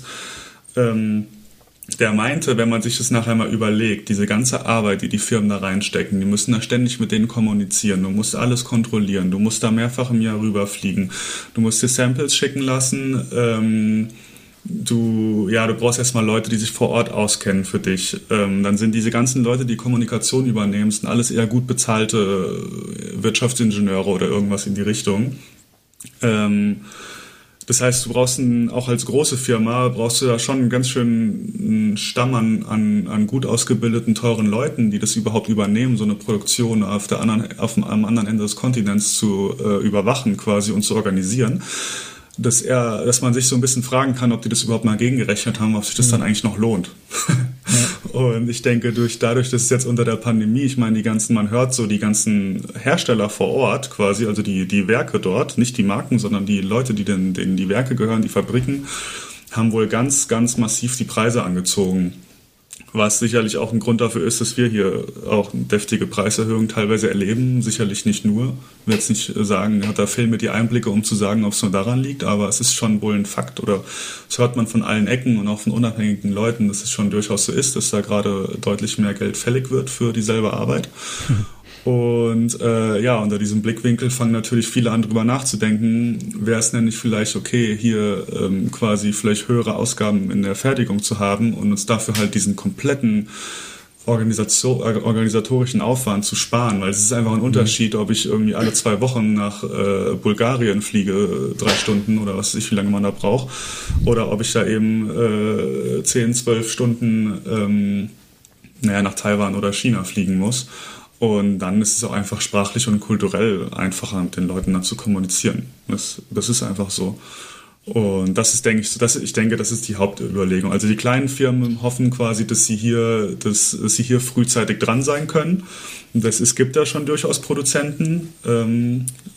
der meinte, wenn man sich das nachher mal überlegt, diese ganze Arbeit, die Firmen da reinstecken, die müssen da ständig mit denen kommunizieren, du musst alles kontrollieren, du musst da mehrfach im Jahr rüberfliegen, du musst dir Samples schicken lassen, du brauchst erstmal Leute, die sich vor Ort auskennen für dich. Dann sind diese ganzen Leute, die Kommunikation übernehmen, sind alles eher gut bezahlte Wirtschaftsingenieure oder irgendwas in die Richtung. Das heißt, du brauchst auch als große Firma, brauchst du da schon einen ganz schönen Stamm an gut ausgebildeten, teuren Leuten, die das überhaupt übernehmen, so eine Produktion am anderen Ende des Kontinents zu überwachen quasi und zu organisieren. Dass man sich so ein bisschen fragen kann, ob die das überhaupt mal gegengerechnet haben, ob sich das dann eigentlich noch lohnt. Ja. Und ich denke, dadurch, dass es jetzt unter der Pandemie, ich meine, man hört so die ganzen Hersteller vor Ort quasi, also die Werke dort, nicht die Marken, sondern die Leute, denen die Werke gehören, die Fabriken, haben wohl ganz, ganz massiv die Preise angezogen. Was sicherlich auch ein Grund dafür ist, dass wir hier auch deftige Preiserhöhungen teilweise erleben. Sicherlich nicht nur. Ich will jetzt nicht sagen, da fehlen mir die Einblicke, um zu sagen, ob es nur daran liegt, aber es ist schon wohl ein Fakt oder das hört man von allen Ecken und auch von unabhängigen Leuten, dass es schon durchaus so ist, dass da gerade deutlich mehr Geld fällig wird für dieselbe Arbeit. Und unter diesem Blickwinkel fangen natürlich viele an, drüber nachzudenken, wäre es nämlich vielleicht okay, hier quasi vielleicht höhere Ausgaben in der Fertigung zu haben und uns dafür halt diesen kompletten organisatorischen Aufwand zu sparen, weil es ist einfach ein Unterschied, ob ich irgendwie alle 2 Wochen nach Bulgarien fliege, 3 Stunden oder was weiß ich, wie lange man da braucht, oder ob ich da eben 10, 12 Stunden nach Taiwan oder China fliegen muss. Und dann ist es auch einfach sprachlich und kulturell einfacher, mit den Leuten dann zu kommunizieren. Das ist einfach so. Und das ist, ich denke, das ist die Hauptüberlegung. Also die kleinen Firmen hoffen quasi, dass sie hier frühzeitig dran sein können. Es gibt da schon durchaus Produzenten.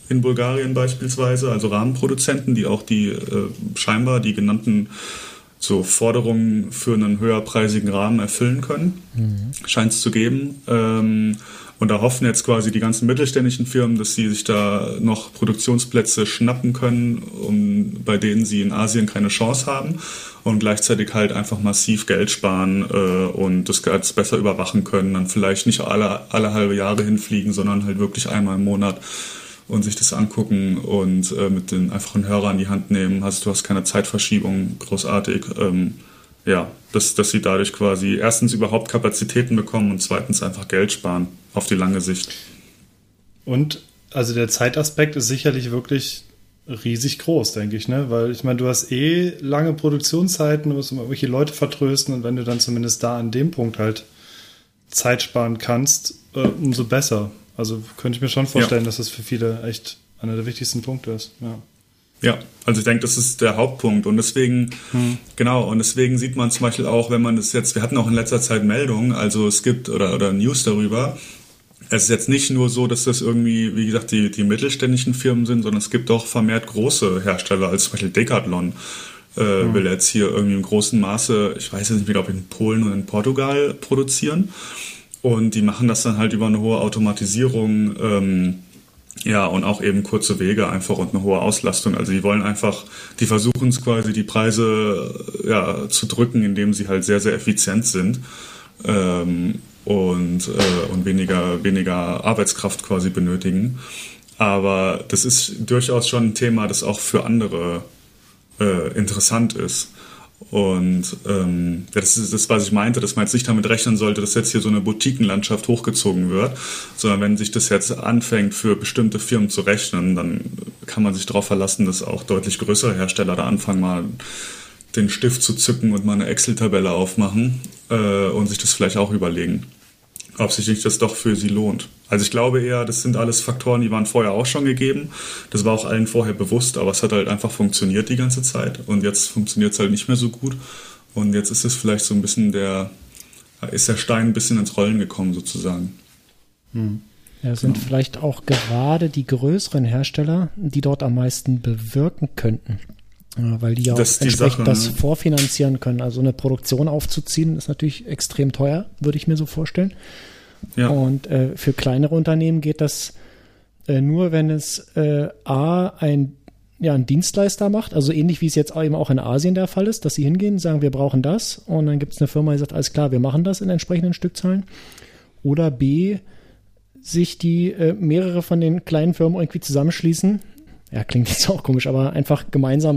in Bulgarien beispielsweise, also Rahmenproduzenten, die auch die scheinbar die genannten so Forderungen für einen höherpreisigen Rahmen erfüllen können. Scheint es zu geben. Und da hoffen jetzt quasi die ganzen mittelständischen Firmen, dass sie sich da noch Produktionsplätze schnappen können, bei denen sie in Asien keine Chance haben und gleichzeitig halt einfach massiv Geld sparen und das Ganze besser überwachen können. Dann vielleicht nicht alle halbe Jahre hinfliegen, sondern halt wirklich einmal im Monat und sich das angucken und mit den einfachen Hörer in die Hand nehmen. Also du hast keine Zeitverschiebung, großartig. Dass sie dadurch quasi erstens überhaupt Kapazitäten bekommen und zweitens einfach Geld sparen auf die lange Sicht. Und also der Zeitaspekt ist sicherlich wirklich riesig groß, denke ich, ne? Weil ich meine, du hast lange Produktionszeiten, du musst immer irgendwelche Leute vertrösten und wenn du dann zumindest da an dem Punkt halt Zeit sparen kannst, umso besser. Also könnte ich mir schon vorstellen, dass das für viele echt einer der wichtigsten Punkte ist. Ja, also ich denke, das ist der Hauptpunkt und deswegen, und deswegen sieht man zum Beispiel auch, wenn man das jetzt, wir hatten auch in letzter Zeit Meldungen, also es gibt oder News darüber, es ist jetzt nicht nur so, dass das irgendwie, wie gesagt, die mittelständischen Firmen sind, sondern es gibt auch vermehrt große Hersteller, als zum Beispiel Decathlon will jetzt hier irgendwie im großen Maße, ich weiß jetzt nicht mehr, ob in Polen und in Portugal produzieren. Und die machen das dann halt über eine hohe Automatisierung, und auch eben kurze Wege einfach und eine hohe Auslastung. Also die versuchen es quasi, die Preise zu drücken, indem sie halt sehr, sehr effizient sind und weniger Arbeitskraft quasi benötigen. Aber das ist durchaus schon ein Thema, das auch für andere interessant ist. Und das ist das, was ich meinte, dass man jetzt nicht damit rechnen sollte, dass jetzt hier so eine Boutiquenlandschaft hochgezogen wird, sondern wenn sich das jetzt anfängt, für bestimmte Firmen zu rechnen, dann kann man sich darauf verlassen, dass auch deutlich größere Hersteller da anfangen, mal den Stift zu zücken und mal eine Excel-Tabelle aufmachen und sich das vielleicht auch überlegen, ob sich nicht das doch für sie lohnt. Also ich glaube eher, das sind alles Faktoren, die waren vorher auch schon gegeben. Das war auch allen vorher bewusst, aber es hat halt einfach funktioniert die ganze Zeit. Und jetzt funktioniert es halt nicht mehr so gut. Und jetzt ist es vielleicht so ein bisschen ist der Stein ein bisschen ins Rollen gekommen sozusagen. Ja, es sind vielleicht auch gerade die größeren Hersteller, die dort am meisten bewirken könnten. Weil die ja auch entsprechend das vorfinanzieren können. Also eine Produktion aufzuziehen, ist natürlich extrem teuer, würde ich mir so vorstellen. Ja. Und für kleinere Unternehmen geht das nur, wenn es ein Dienstleister macht, also ähnlich wie es jetzt eben auch in Asien der Fall ist, dass sie hingehen, sagen, wir brauchen das und dann gibt es eine Firma, die sagt, alles klar, wir machen das in entsprechenden Stückzahlen. Oder B, sich die mehrere von den kleinen Firmen irgendwie zusammenschließen. Ja, klingt jetzt auch komisch, aber einfach gemeinsam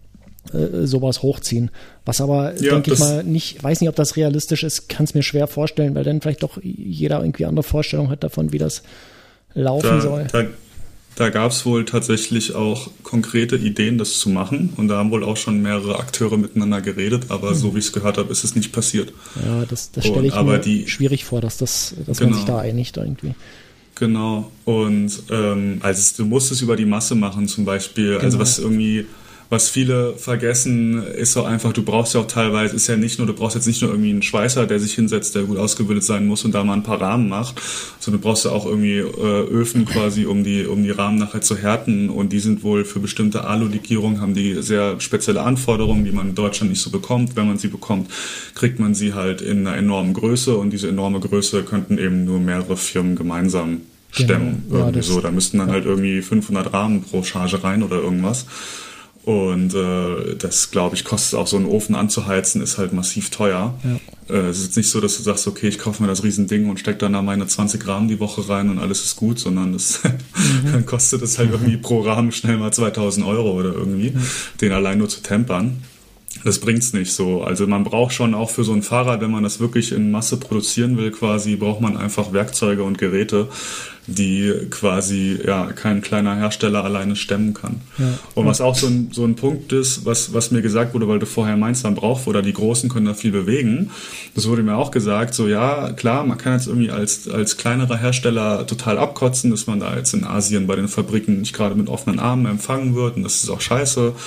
sowas hochziehen. Was aber, denke ich mal, weiß nicht, ob das realistisch ist, kann es mir schwer vorstellen, weil dann vielleicht doch jeder irgendwie andere Vorstellung hat davon, wie das laufen soll. Da gab es wohl tatsächlich auch konkrete Ideen, das zu machen und da haben wohl auch schon mehrere Akteure miteinander geredet, aber so wie ich es gehört habe, ist es nicht passiert. Ja, das stelle ich mir schwierig vor, dass man sich da einigt irgendwie. Genau, und du musst es über die Masse machen zum Beispiel, also was viele vergessen, ist so einfach, du brauchst ja auch teilweise, du brauchst jetzt nicht nur irgendwie einen Schweißer, der sich hinsetzt, der gut ausgebildet sein muss und da mal ein paar Rahmen macht, sondern du brauchst ja auch irgendwie Öfen quasi, um die Rahmen nachher zu härten und die sind wohl für bestimmte Alu-Legierungen, haben die sehr spezielle Anforderungen, die man in Deutschland nicht so bekommt. Wenn man sie bekommt, kriegt man sie halt in einer enormen Größe und diese enorme Größe könnten eben nur mehrere Firmen gemeinsam stemmen. Genau. Da müssten dann halt irgendwie 500 Rahmen pro Charge rein oder irgendwas. Und das, glaube ich, kostet auch so einen Ofen anzuheizen, ist halt massiv teuer. Ja. Es ist jetzt nicht so, dass du sagst, okay, ich kaufe mir das Riesending und stecke dann da meine 20 Rahmen die Woche rein und alles ist gut, sondern dann kostet es halt irgendwie pro Rahmen schnell mal 2.000 Euro oder irgendwie, den allein nur zu tempern. Das bringt's nicht so. Also man braucht schon auch für so ein Fahrrad, wenn man das wirklich in Masse produzieren will, quasi, braucht man einfach Werkzeuge und Geräte, die quasi kein kleiner Hersteller alleine stemmen kann. Ja. Und was auch so ein Punkt ist, was mir gesagt wurde, weil du vorher meinst, man braucht, oder die Großen können da viel bewegen, das wurde mir auch gesagt, so ja, klar, man kann jetzt irgendwie als kleinerer Hersteller total abkotzen, dass man da jetzt in Asien bei den Fabriken nicht gerade mit offenen Armen empfangen wird und das ist auch scheiße.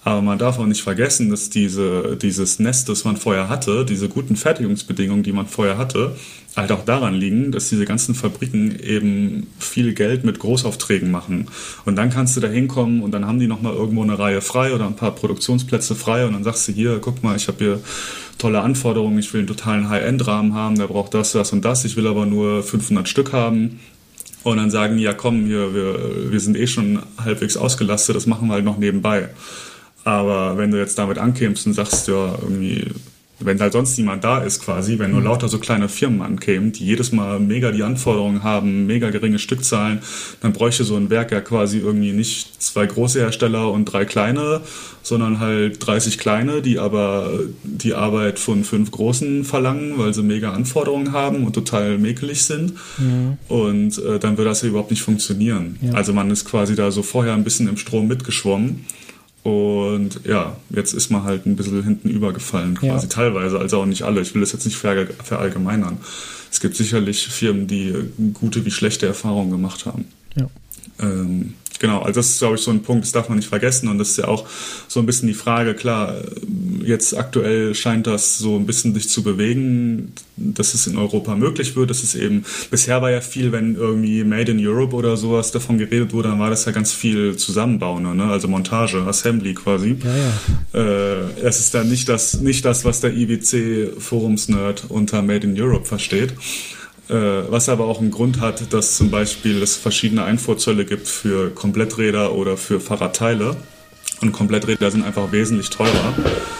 Aber man darf auch nicht vergessen, dass dieses Nest, das man vorher hatte, diese guten Fertigungsbedingungen, die man vorher hatte, halt auch daran liegen, dass diese ganzen Fabriken eben viel Geld mit Großaufträgen machen. Und dann kannst du da hinkommen und dann haben die nochmal irgendwo eine Reihe frei oder ein paar Produktionsplätze frei und dann sagst du hier, guck mal, ich habe hier tolle Anforderungen, ich will einen totalen High-End-Rahmen haben, der braucht das und das, ich will aber nur 500 Stück haben. Und dann sagen die, ja komm, hier, wir sind eh schon halbwegs ausgelastet, das machen wir halt noch nebenbei. Aber wenn du jetzt damit ankämst und sagst, ja, irgendwie, wenn halt sonst niemand da ist quasi, wenn nur lauter so kleine Firmen ankämen, die jedes Mal mega die Anforderungen haben, mega geringe Stückzahlen, dann bräuchte so ein Werk ja quasi irgendwie nicht 2 große Hersteller und 3 kleine, sondern halt 30 kleine, die aber die Arbeit von 5 großen verlangen, weil sie mega Anforderungen haben und total mäkelig sind. Ja. Und dann würde das ja überhaupt nicht funktionieren. Ja. Also man ist quasi da so vorher ein bisschen im Strom mitgeschwommen. Und ja, jetzt ist man halt ein bisschen hinten übergefallen quasi, teilweise, also auch nicht alle. Ich will das jetzt nicht verallgemeinern. Es gibt sicherlich Firmen, die gute wie schlechte Erfahrungen gemacht haben. Ja. Genau, also das ist, glaube ich, so ein Punkt, das darf man nicht vergessen und das ist ja auch so ein bisschen die Frage, klar, jetzt aktuell scheint das so ein bisschen sich zu bewegen, dass es in Europa möglich wird, dass es eben, bisher war ja viel, wenn irgendwie Made in Europe oder sowas davon geredet wurde, dann war das ja ganz viel Zusammenbauen, ne? Also Montage, Assembly quasi. Ja. Es ist dann nicht das, was der IWC-Forums-Nerd unter Made in Europe versteht. Was aber auch einen Grund hat, dass zum Beispiel es verschiedene Einfuhrzölle gibt für Kompletträder oder für Fahrradteile. Und Kompletträder sind einfach wesentlich teurer.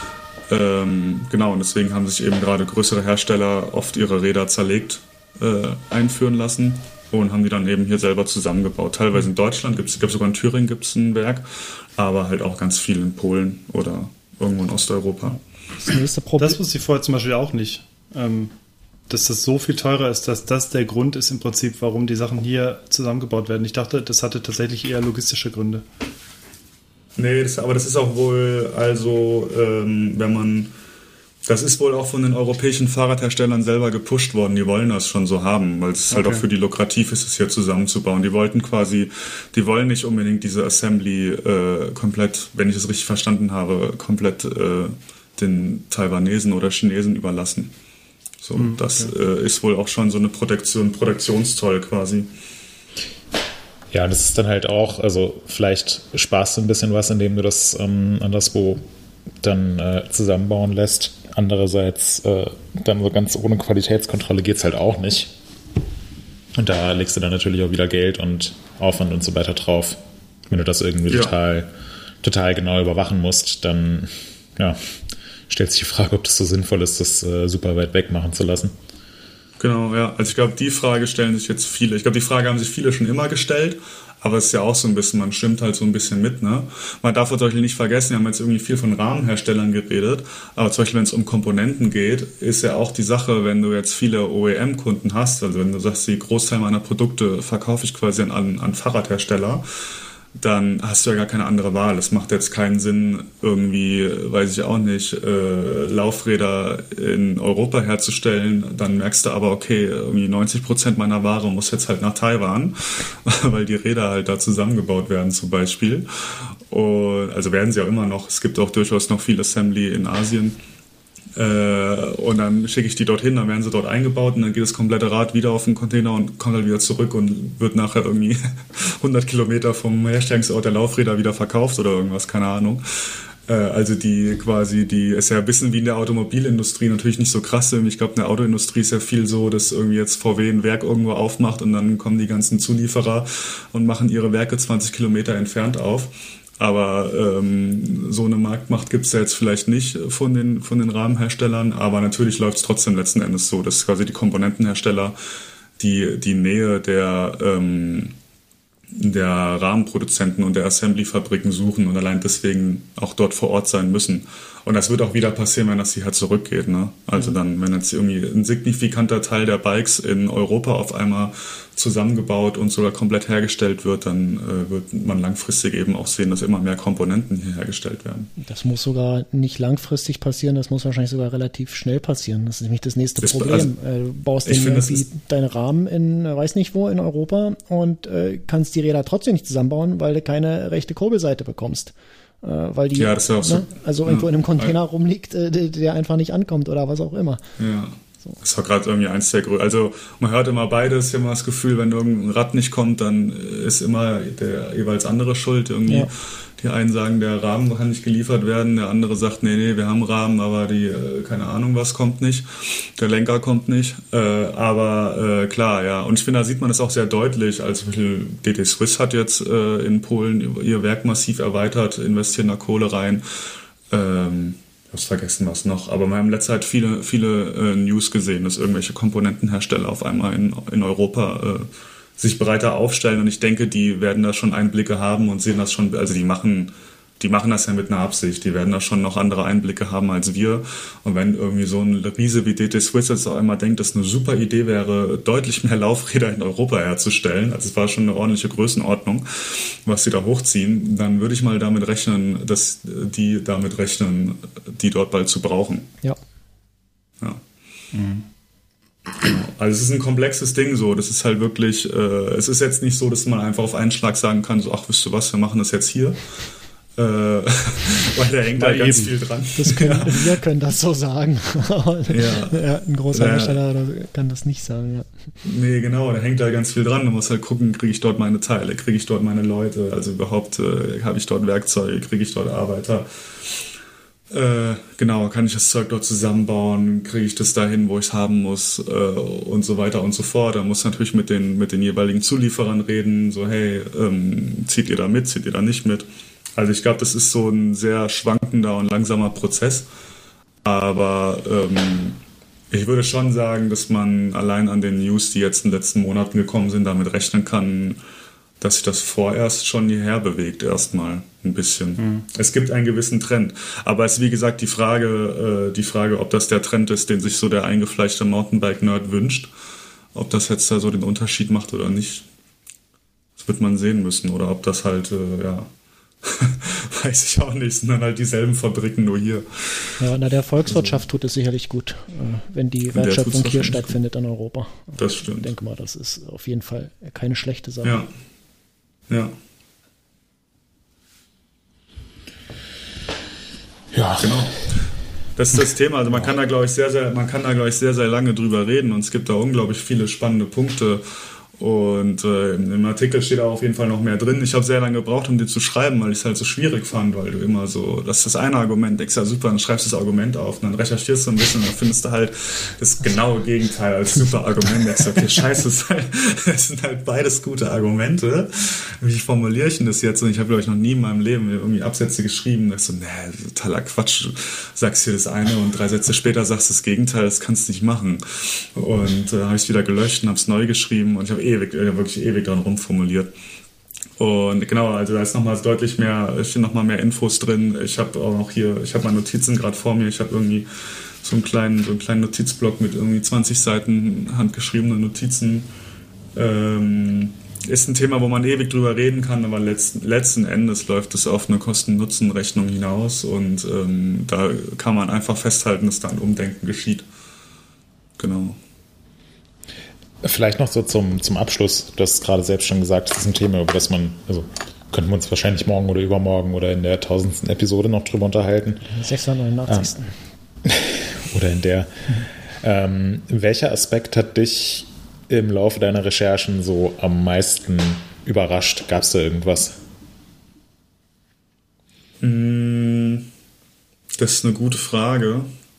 Genau, und deswegen haben sich eben gerade größere Hersteller oft ihre Räder zerlegt einführen lassen und haben die dann eben hier selber zusammengebaut. Teilweise in Deutschland, ich glaube sogar in Thüringen gibt es ein Werk, aber halt auch ganz viel in Polen oder irgendwo in Osteuropa. Das nächste Problem. Das wusste ich vorher zum Beispiel auch nicht. Dass das so viel teurer ist, dass das der Grund ist im Prinzip, warum die Sachen hier zusammengebaut werden. Ich dachte, das hatte tatsächlich eher logistische Gründe. Nee, aber das ist auch wohl, also das ist wohl auch von den europäischen Fahrradherstellern selber gepusht worden. Die wollen das schon so haben, weil es halt auch für die lukrativ ist, es hier zusammenzubauen. Die wollen nicht unbedingt diese Assembly komplett, wenn ich es richtig verstanden habe, komplett den Taiwanesen oder Chinesen überlassen. So, das ist wohl auch schon so eine Produktionszoll quasi. Ja, das ist dann halt auch, also vielleicht sparst du ein bisschen was, indem du das anderswo dann zusammenbauen lässt. Andererseits dann so ganz ohne Qualitätskontrolle geht's halt auch nicht. Und da legst du dann natürlich auch wieder Geld und Aufwand und so weiter drauf. Wenn du das irgendwie total genau überwachen musst, dann stellt sich die Frage, ob das so sinnvoll ist, das super weit weg machen zu lassen. Genau, ja. Also ich glaube, die Frage stellen sich jetzt viele. Ich glaube, die Frage haben sich viele schon immer gestellt, aber es ist ja auch so ein bisschen, man schwimmt halt so ein bisschen mit, ne? Man darf zum Beispiel nicht vergessen, wir haben jetzt irgendwie viel von Rahmenherstellern geredet, aber zum Beispiel, wenn es um Komponenten geht, ist ja auch die Sache, wenn du jetzt viele OEM-Kunden hast, also wenn du sagst, die Großteil meiner Produkte verkaufe ich quasi an Fahrradhersteller, dann hast du ja gar keine andere Wahl. Es macht jetzt keinen Sinn, irgendwie, weiß ich auch nicht, Laufräder in Europa herzustellen. Dann merkst du aber, okay, irgendwie 90% meiner Ware muss jetzt halt nach Taiwan, weil die Räder halt da zusammengebaut werden zum Beispiel. Und, also werden sie auch immer noch. Es gibt auch durchaus noch viel Assembly in Asien. Und dann schicke ich die dorthin, dann werden sie dort eingebaut und dann geht das komplette Rad wieder auf den Container und kommt halt wieder zurück und wird nachher irgendwie 100 Kilometer vom Herstellungsort der Laufräder wieder verkauft oder irgendwas, keine Ahnung. Also die ist ja ein bisschen wie in der Automobilindustrie natürlich nicht so krass. Ich glaube, in der Autoindustrie ist ja viel so, dass irgendwie jetzt VW ein Werk irgendwo aufmacht und dann kommen die ganzen Zulieferer und machen ihre Werke 20 Kilometer entfernt auf. Aber so eine Marktmacht gibt es ja jetzt vielleicht nicht von den Rahmenherstellern, aber natürlich läuft es trotzdem letzten Endes so, dass quasi die Komponentenhersteller die Nähe der Rahmenproduzenten und der Assemblyfabriken suchen und allein deswegen auch dort vor Ort sein müssen. Und das wird auch wieder passieren, wenn das hier halt zurückgeht, ne? Also dann, wenn jetzt irgendwie ein signifikanter Teil der Bikes in Europa auf einmal zusammengebaut und sogar komplett hergestellt wird, dann wird man langfristig eben auch sehen, dass immer mehr Komponenten hier hergestellt werden. Das muss sogar nicht langfristig passieren, das muss wahrscheinlich sogar relativ schnell passieren. Das ist nämlich das nächste Problem. Also, du baust deine Rahmen in, weiß nicht wo, in Europa und kannst die Räder trotzdem nicht zusammenbauen, weil du keine rechte Kurbelseite bekommst. weil die, das ist ja auch so, irgendwo in einem Container rumliegt, der einfach nicht ankommt oder was auch immer. Ja. Das war gerade irgendwie eins der Gründe. Also man hört immer beides, immer das Gefühl, wenn irgendein Rad nicht kommt, dann ist immer der jeweils andere schuld. Irgendwie. Ja. Die einen sagen, der Rahmen kann nicht geliefert werden, der andere sagt, nee, wir haben Rahmen, aber die, keine Ahnung was, kommt nicht. Der Lenker kommt nicht. Aber klar, ja. Und ich finde, da sieht man das auch sehr deutlich. Also DT Swiss hat jetzt in Polen ihr Werk massiv erweitert, investiert da Kohle rein. Ich hab's vergessen, was noch. Aber wir haben in letzter Zeit viele News gesehen, dass irgendwelche Komponentenhersteller auf einmal in Europa sich breiter aufstellen. Und ich denke, die werden da schon Einblicke haben und sehen das schon. Also die machen das ja mit einer Absicht. Die werden da schon noch andere Einblicke haben als wir. Und wenn irgendwie so ein Riese wie DT Swiss jetzt auch einmal denkt, dass eine super Idee wäre, deutlich mehr Laufräder in Europa herzustellen, also es war schon eine ordentliche Größenordnung, was sie da hochziehen, dann würde ich mal damit rechnen, dass die dort bald zu brauchen. Ja. Mhm. Genau. Also es ist ein komplexes Ding so, das ist halt wirklich, es ist jetzt nicht so, dass man einfach auf einen Schlag sagen kann, so, ach, wisst ihr was, wir machen das jetzt hier. Weil da hängt da ganz viel dran. Wir können das so sagen. Ein großer Hersteller kann das nicht sagen. Ja. Nee, genau, da hängt da ganz viel dran. Du musst halt gucken, kriege ich dort meine Teile, kriege ich dort meine Leute, also überhaupt habe ich dort Werkzeuge, kriege ich dort Arbeiter. Genau, kann ich das Zeug dort zusammenbauen, kriege ich das dahin, wo ich es haben muss und so weiter und so fort. Da muss natürlich mit den jeweiligen Zulieferern reden, so hey, zieht ihr da mit, zieht ihr da nicht mit. Also ich glaube, das ist so ein sehr schwankender und langsamer Prozess. Aber ich würde schon sagen, dass man allein an den News, die jetzt in den letzten Monaten gekommen sind, damit rechnen kann, dass sich das vorerst schon hierher bewegt, erstmal ein bisschen. Mhm. Es gibt einen gewissen Trend. Aber es ist wie gesagt die Frage, ob das der Trend ist, den sich so der eingefleischte Mountainbike-Nerd wünscht. Ob das jetzt da so den Unterschied macht oder nicht. Das wird man sehen müssen. Oder ob das halt, weiß ich auch nicht, sind dann halt dieselben Fabriken nur hier. Ja, der Volkswirtschaft tut es sicherlich gut, wenn die Wertschöpfung hier stattfindet in Europa. Das stimmt. Ich denke mal, das ist auf jeden Fall keine schlechte Sache. Ja. Ja, genau. Das ist das Thema. Also man kann da, glaube ich, sehr, sehr lange drüber reden und es gibt da unglaublich viele spannende Punkte. Und im Artikel steht auch auf jeden Fall noch mehr drin. Ich habe sehr lange gebraucht, um dir zu schreiben, weil ich es halt so schwierig fand, weil du immer so, das ist das eine Argument, denkst ja super, dann schreibst du das Argument auf und dann recherchierst du ein bisschen und dann findest du halt das genaue Gegenteil als super Argument. Denkst du, okay, scheiße, das sind halt beides gute Argumente. Wie formuliere ich denn das jetzt? Und ich habe, glaube ich, noch nie in meinem Leben irgendwie Absätze geschrieben. Da ich so, totaler Quatsch. Du sagst hier das eine und 3 Sätze später sagst du das Gegenteil, das kannst du nicht machen. Und habe ich es wieder gelöscht und habe es neu geschrieben und ich habe wirklich ewig dran rumformuliert. Und genau, also da ist nochmal deutlich mehr, stehen nochmal mehr Infos drin. Ich habe auch noch hier, ich habe meine Notizen gerade vor mir. Ich habe irgendwie so einen kleinen Notizblock mit irgendwie 20 Seiten handgeschriebene Notizen. Ist ein Thema, wo man ewig drüber reden kann, aber letzten Endes läuft es auf eine Kosten-Nutzen-Rechnung hinaus und da kann man einfach festhalten, dass da ein Umdenken geschieht. Genau. Vielleicht noch so zum Abschluss, du hast gerade selbst schon gesagt, das ist ein Thema, über das könnten wir uns wahrscheinlich morgen oder übermorgen oder in der 1000. Episode noch drüber unterhalten. 689. Oder in der. Welcher Aspekt hat dich im Laufe deiner Recherchen so am meisten überrascht? Gab es da irgendwas? Das ist eine gute Frage.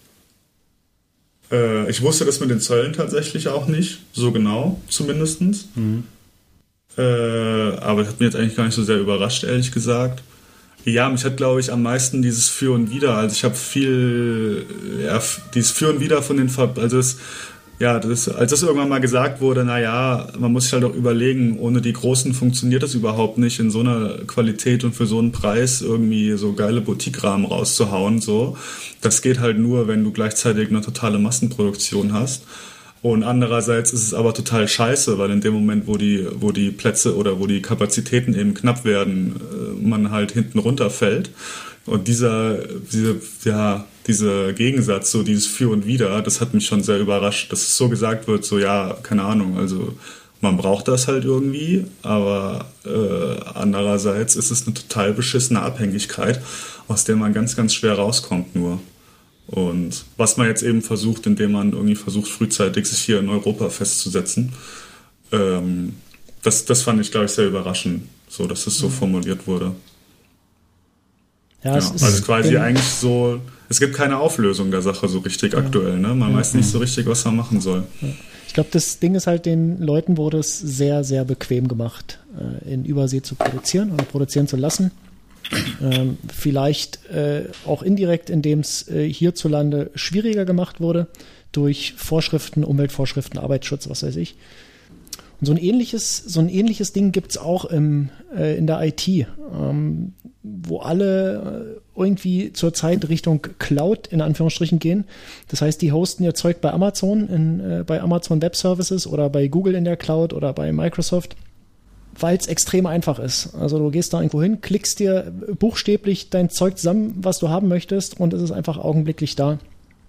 Ich wusste das mit den Zöllen tatsächlich auch nicht, so genau zumindest. Mhm. Aber das hat mich jetzt eigentlich gar nicht so sehr überrascht, ehrlich gesagt. Ja, mich hat, glaube ich, am meisten dieses Für und Wider. Also ich habe dieses Für und Wider von den als das irgendwann mal gesagt wurde, man muss sich halt auch überlegen, ohne die Großen funktioniert das überhaupt nicht, in so einer Qualität und für so einen Preis irgendwie so geile Boutique-Rahmen rauszuhauen. So. Das geht halt nur, wenn du gleichzeitig eine totale Massenproduktion hast. Und andererseits ist es aber total scheiße, weil in dem Moment, wo die Plätze oder wo die Kapazitäten eben knapp werden, man halt hinten runterfällt. Und dieser Gegensatz, so dieses Für und Wider, das hat mich schon sehr überrascht, dass es so gesagt wird, so keine Ahnung, also man braucht das halt irgendwie, aber andererseits ist es eine total beschissene Abhängigkeit, aus der man ganz, ganz schwer rauskommt nur. Und was man jetzt eben versucht, indem man irgendwie versucht, frühzeitig sich hier in Europa festzusetzen, das fand ich, glaube ich, sehr überraschend, so dass es so formuliert wurde. Ja, es ist also quasi eigentlich so, es gibt keine Auflösung der Sache so richtig aktuell, ne? Man weiß nicht so richtig, was man machen soll. Ja. Ich glaube, das Ding ist halt, den Leuten wurde es sehr, sehr bequem gemacht, in Übersee zu produzieren und produzieren zu lassen. Vielleicht auch indirekt, indem es hierzulande schwieriger gemacht wurde durch Vorschriften, Umweltvorschriften, Arbeitsschutz, was weiß ich. Und so ein ähnliches Ding gibt es auch in der IT, wo alle irgendwie zurzeit Richtung Cloud in Anführungsstrichen gehen. Das heißt, die hosten ihr Zeug bei Amazon, bei Amazon Web Services oder bei Google in der Cloud oder bei Microsoft, weil es extrem einfach ist. Also du gehst da irgendwo hin, klickst dir buchstäblich dein Zeug zusammen, was du haben möchtest, und es ist einfach augenblicklich da.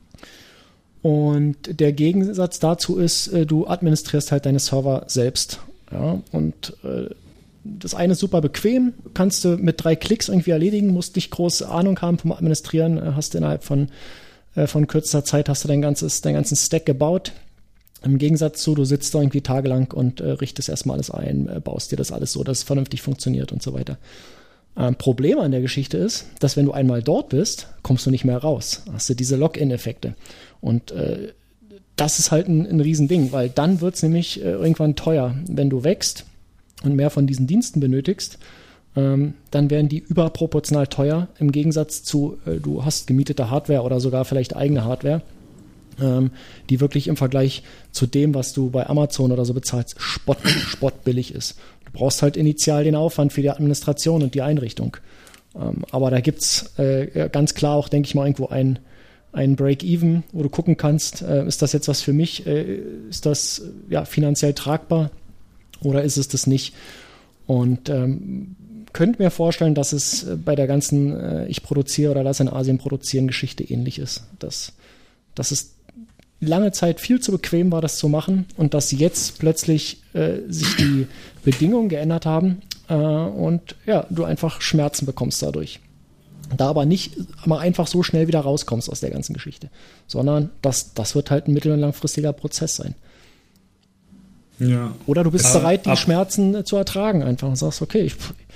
Und der Gegensatz dazu ist, du administrierst halt deine Server selbst. Ja? Und das eine ist super bequem, kannst du mit 3 Klicks irgendwie erledigen, musst nicht groß Ahnung haben vom Administrieren, hast innerhalb von kürzester Zeit hast du deinen ganzen Stack gebaut. Im Gegensatz zu, du sitzt da irgendwie tagelang und richtest erstmal alles ein, baust dir das alles so, dass es vernünftig funktioniert und so weiter. Problem an der Geschichte ist, dass wenn du einmal dort bist, kommst du nicht mehr raus. Hast du diese Login-Effekte. Und das ist halt ein Riesending, weil dann wird es nämlich irgendwann teuer. Wenn du wächst und mehr von diesen Diensten benötigst, dann werden die überproportional teuer, im Gegensatz zu, du hast gemietete Hardware oder sogar vielleicht eigene Hardware, die wirklich im Vergleich zu dem, was du bei Amazon oder so bezahlst, spottbillig ist. Du brauchst halt initial den Aufwand für die Administration und die Einrichtung. Aber da gibt's ganz klar auch, denke ich mal, irgendwo ein Break-Even, wo du gucken kannst, ist das jetzt was für mich? Ist das finanziell tragbar oder ist es das nicht? Und könnte mir vorstellen, dass es bei der ganzen ich produziere oder lass in Asien produzieren Geschichte ähnlich ist. Dass es lange Zeit viel zu bequem war, das zu machen, und dass jetzt plötzlich sich die Bedingungen geändert haben und du einfach Schmerzen bekommst dadurch. Da aber nicht mal einfach so schnell wieder rauskommst aus der ganzen Geschichte, sondern das wird halt ein mittel- und langfristiger Prozess sein. Ja. Oder du bist bereit, die Schmerzen zu ertragen einfach und sagst, okay,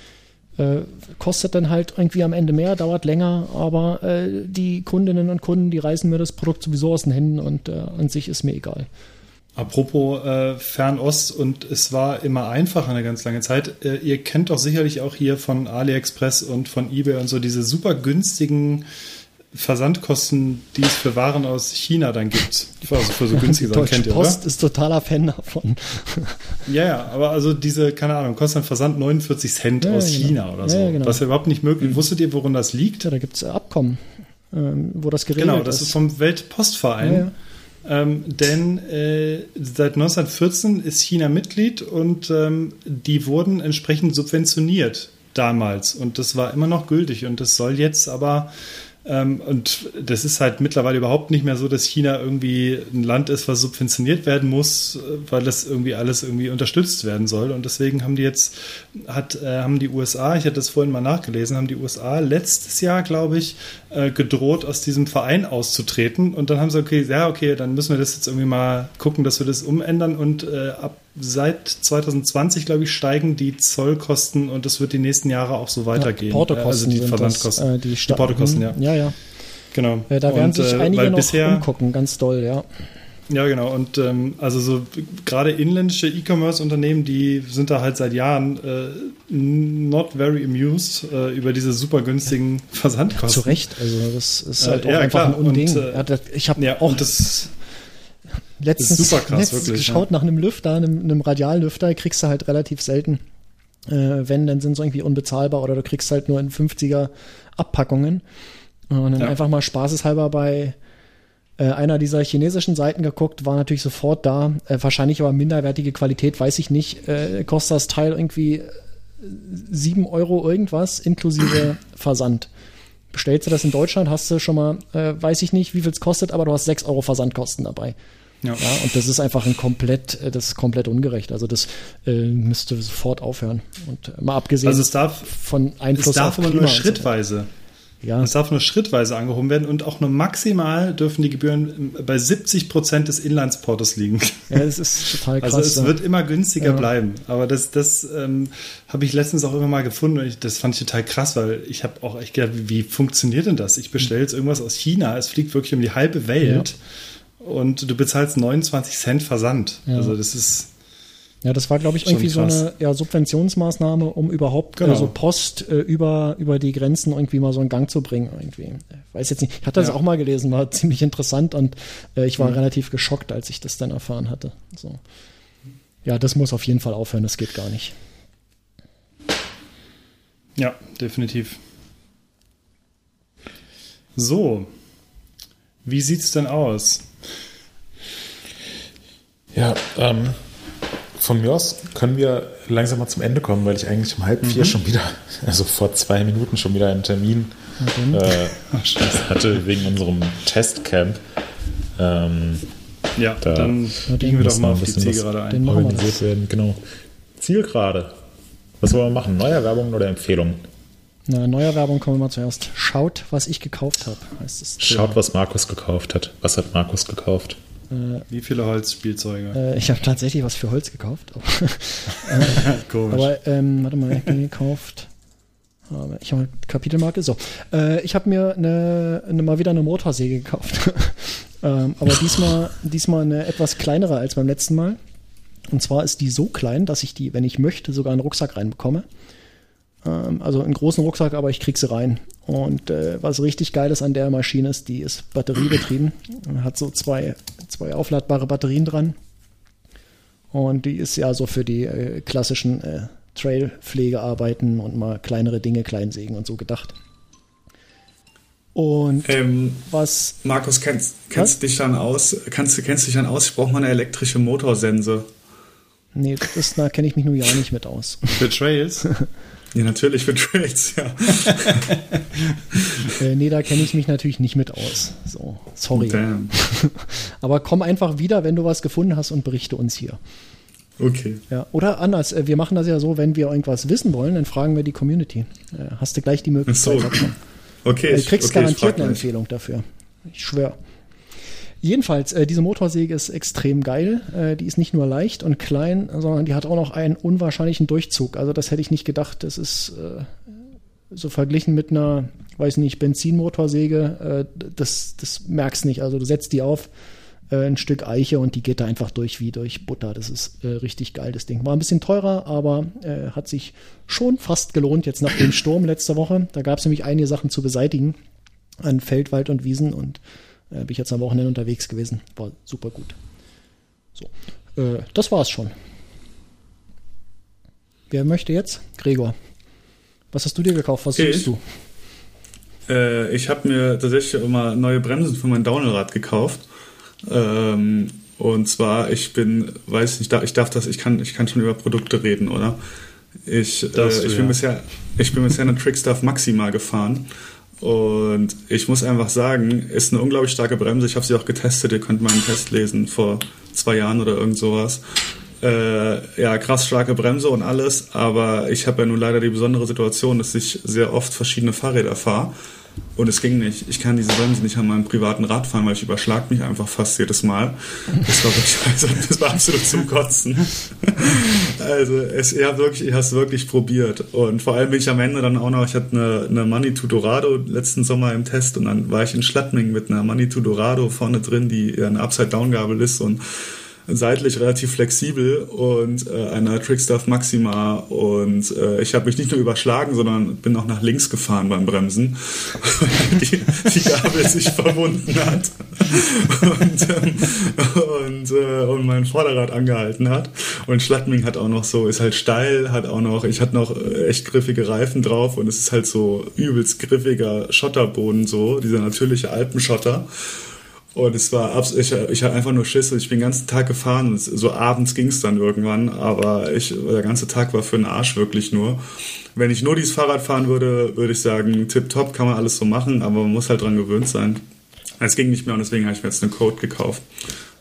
kostet dann halt irgendwie am Ende mehr, dauert länger, aber die Kundinnen und Kunden, die reißen mir das Produkt sowieso aus den Händen und an sich ist mir egal. Apropos Fernost, und es war immer einfach eine ganz lange Zeit. Ihr kennt doch sicherlich auch hier von AliExpress und von eBay und so diese super günstigen Versandkosten, die es für Waren aus China dann gibt. Also für so günstige Sachen, kennt ihr, oder? Post ist totaler Fan davon. Ja, aber also diese, keine Ahnung, kostet ein Versand 49 Cent aus China oder so. Genau. Das ist ja überhaupt nicht möglich. Wusstet ihr, woran das liegt? Ja, da gibt es Abkommen, wo das geregelt ist. Genau, das ist vom Weltpostverein. Denn seit 1914 ist China Mitglied und die wurden entsprechend subventioniert damals. Und das war immer noch gültig. Und das soll jetzt aber und das ist halt mittlerweile überhaupt nicht mehr so, dass China irgendwie ein Land ist, was subventioniert werden muss, weil das irgendwie alles irgendwie unterstützt werden soll. Und deswegen haben die jetzt, haben die USA, ich hatte das vorhin mal nachgelesen, haben die USA letztes Jahr, glaube ich, gedroht, aus diesem Verein auszutreten. Und dann haben sie, okay, dann müssen wir das jetzt irgendwie mal gucken, dass wir das umändern. Und seit 2020, glaube ich, steigen die Zollkosten und das wird die nächsten Jahre auch so weitergehen. Ja, Portokosten, also die Versandkosten. Die Portokosten, ja. Ja. Genau. Da werden sich einige noch umgucken, ganz doll, ja. Ja, genau. Und also so gerade inländische E-Commerce-Unternehmen, die sind da halt seit Jahren not very amused über diese super günstigen Versandkosten. Ja, zu Recht. Also das ist halt auch einfach ein Unding. Ich habe auch das letztens super krass, wirklich, geschaut nach einem Lüfter, einem Radiallüfter, kriegst du halt relativ selten. Wenn, dann sind sie irgendwie unbezahlbar oder du kriegst halt nur in 50er Abpackungen. Und dann einfach mal spaßeshalber bei einer dieser chinesischen Seiten geguckt, war natürlich sofort da. Wahrscheinlich aber minderwertige Qualität, weiß ich nicht. Kostet das Teil irgendwie 7 € irgendwas, inklusive Versand. Bestellst du das in Deutschland, hast du schon mal, weiß ich nicht, wie viel es kostet, aber du hast 6 € Versandkosten dabei. Ja, und das ist einfach das ist komplett ungerecht. Also das müsste sofort aufhören. Und mal abgesehen von Einfluss auf Klima. Es darf aber nur schrittweise. Ja. Es darf nur schrittweise angehoben werden und auch nur maximal dürfen die Gebühren bei 70% des Inlandsportos liegen. Ja, das ist total krass. Also es wird immer günstiger bleiben. Aber das habe ich letztens auch immer mal gefunden und das fand ich total krass, weil ich habe auch echt gedacht, wie funktioniert denn das? Ich bestelle jetzt irgendwas aus China, es fliegt wirklich um die halbe Welt und du bezahlst 29 Cent Versand. Ja. Also das ist... Ja, das war, glaube ich, irgendwie so eine Subventionsmaßnahme, um überhaupt so Post über die Grenzen irgendwie mal so in Gang zu bringen. Irgendwie. Ich weiß jetzt nicht. Ich hatte das auch mal gelesen, war ziemlich interessant und ich war relativ geschockt, als ich das dann erfahren hatte. So. Ja, das muss auf jeden Fall aufhören, das geht gar nicht. Ja, definitiv. So, wie sieht's denn aus? Ja, von mir aus können wir langsam mal zum Ende kommen, weil ich eigentlich um 3:30 schon wieder, also vor 2 Minuten schon wieder einen Termin hatte wegen unserem Testcamp. Dann biegen wir doch mal auf die Zielgerade ein. Organisiert werden, genau. Zielgerade. Was wollen wir machen? Neuerwerbungen oder Empfehlungen? Na, Neuerwerbung kommen wir mal zuerst. Schaut, was ich gekauft habe, heißt es. Schaut, was Markus gekauft hat. Was hat Markus gekauft? Wie viele Holzspielzeuge? Ich habe tatsächlich was für Holz gekauft. Komisch. Aber warte mal, ich habe gekauft. Ich habe eine Kapitelmarke. So, ich habe mir mal wieder eine Motorsäge gekauft. Aber diesmal eine etwas kleinere als beim letzten Mal. Und zwar ist die so klein, dass ich die, wenn ich möchte, sogar in einen Rucksack reinbekomme. Also einen großen Rucksack, aber ich krieg sie rein. Und was richtig geil ist an der Maschine ist, die ist batteriebetrieben. Hat so zwei aufladbare Batterien dran. Und die ist ja so für die klassischen Trailpflegearbeiten und mal kleinere Dinge, Kleinsägen und so gedacht. Und was... Markus, kennst du dich dann aus? Kennst du dich dann aus? Ich brauche mal eine elektrische Motorsense. Nee, da kenne ich mich nur ja nicht mit aus. Für Trails? Ja, natürlich für Trails, ja. Nee, da kenne ich mich natürlich nicht mit aus. So, sorry. Damn. Aber komm einfach wieder, wenn du was gefunden hast und berichte uns hier. Okay. Ja, oder anders, wir machen das ja so, wenn wir irgendwas wissen wollen, dann fragen wir die Community. Hast du gleich die Möglichkeit. So. Okay. Du kriegst garantiert eine Empfehlung dafür. Ich schwöre. Jedenfalls, diese Motorsäge ist extrem geil. Die ist nicht nur leicht und klein, sondern die hat auch noch einen unwahrscheinlichen Durchzug. Also das hätte ich nicht gedacht. Das ist so verglichen mit einer, weiß nicht, Benzinmotorsäge. Das merkst nicht. Also du setzt die auf, ein Stück Eiche und die geht da einfach durch wie durch Butter. Das ist richtig geil, das Ding. War ein bisschen teurer, aber hat sich schon fast gelohnt jetzt nach dem Sturm letzte Woche. Da gab es nämlich einige Sachen zu beseitigen an Feld, Wald und Wiesen und bin ich jetzt am Wochenende unterwegs gewesen. War super gut. So, das war's schon. Wer möchte jetzt? Gregor. Was hast du dir gekauft? Was suchst du? Ich habe mir tatsächlich immer neue Bremsen für mein Downhillrad gekauft. Und zwar, ich kann schon über Produkte reden, oder? Ich bin bisher eine Trickstuff Maxima gefahren. Und ich muss einfach sagen, ist eine unglaublich starke Bremse. Ich habe sie auch getestet. Ihr könnt meinen Test lesen vor 2 Jahren oder irgend sowas. Krass starke Bremse und alles. Aber ich habe ja nun leider die besondere Situation, dass ich sehr oft verschiedene Fahrräder fahre. Und es ging nicht. Ich kann diese Bremse nicht an meinem privaten Rad fahren, weil ich überschlag mich einfach fast jedes Mal. Das war absolut zum Kotzen. Also ich habe es wirklich probiert. Und vor allem bin ich am Ende dann auch noch, ich hatte eine Manitou Dorado letzten Sommer im Test und dann war ich in Schladming mit einer Manitou Dorado vorne drin, die eine Upside-Down-Gabel ist und seitlich relativ flexibel und einer Trickstuff Maxima und ich habe mich nicht nur überschlagen, sondern bin auch nach links gefahren beim Bremsen, weil die Gabel sich verwunden hat und mein Vorderrad angehalten hat und Schladming hat auch noch so, ist halt steil, ich hatte noch echt griffige Reifen drauf und es ist halt so übelst griffiger Schotterboden so, dieser natürliche Alpenschotter. Und es war ich hatte einfach nur Schiss. Ich bin den ganzen Tag gefahren und so abends ging es dann irgendwann, aber der ganze Tag war für den Arsch wirklich nur. Wenn ich nur dieses Fahrrad fahren würde, würde ich sagen, tipptopp, kann man alles so machen, aber man muss halt dran gewöhnt sein. Es ging nicht mehr und deswegen habe ich mir jetzt eine Code gekauft.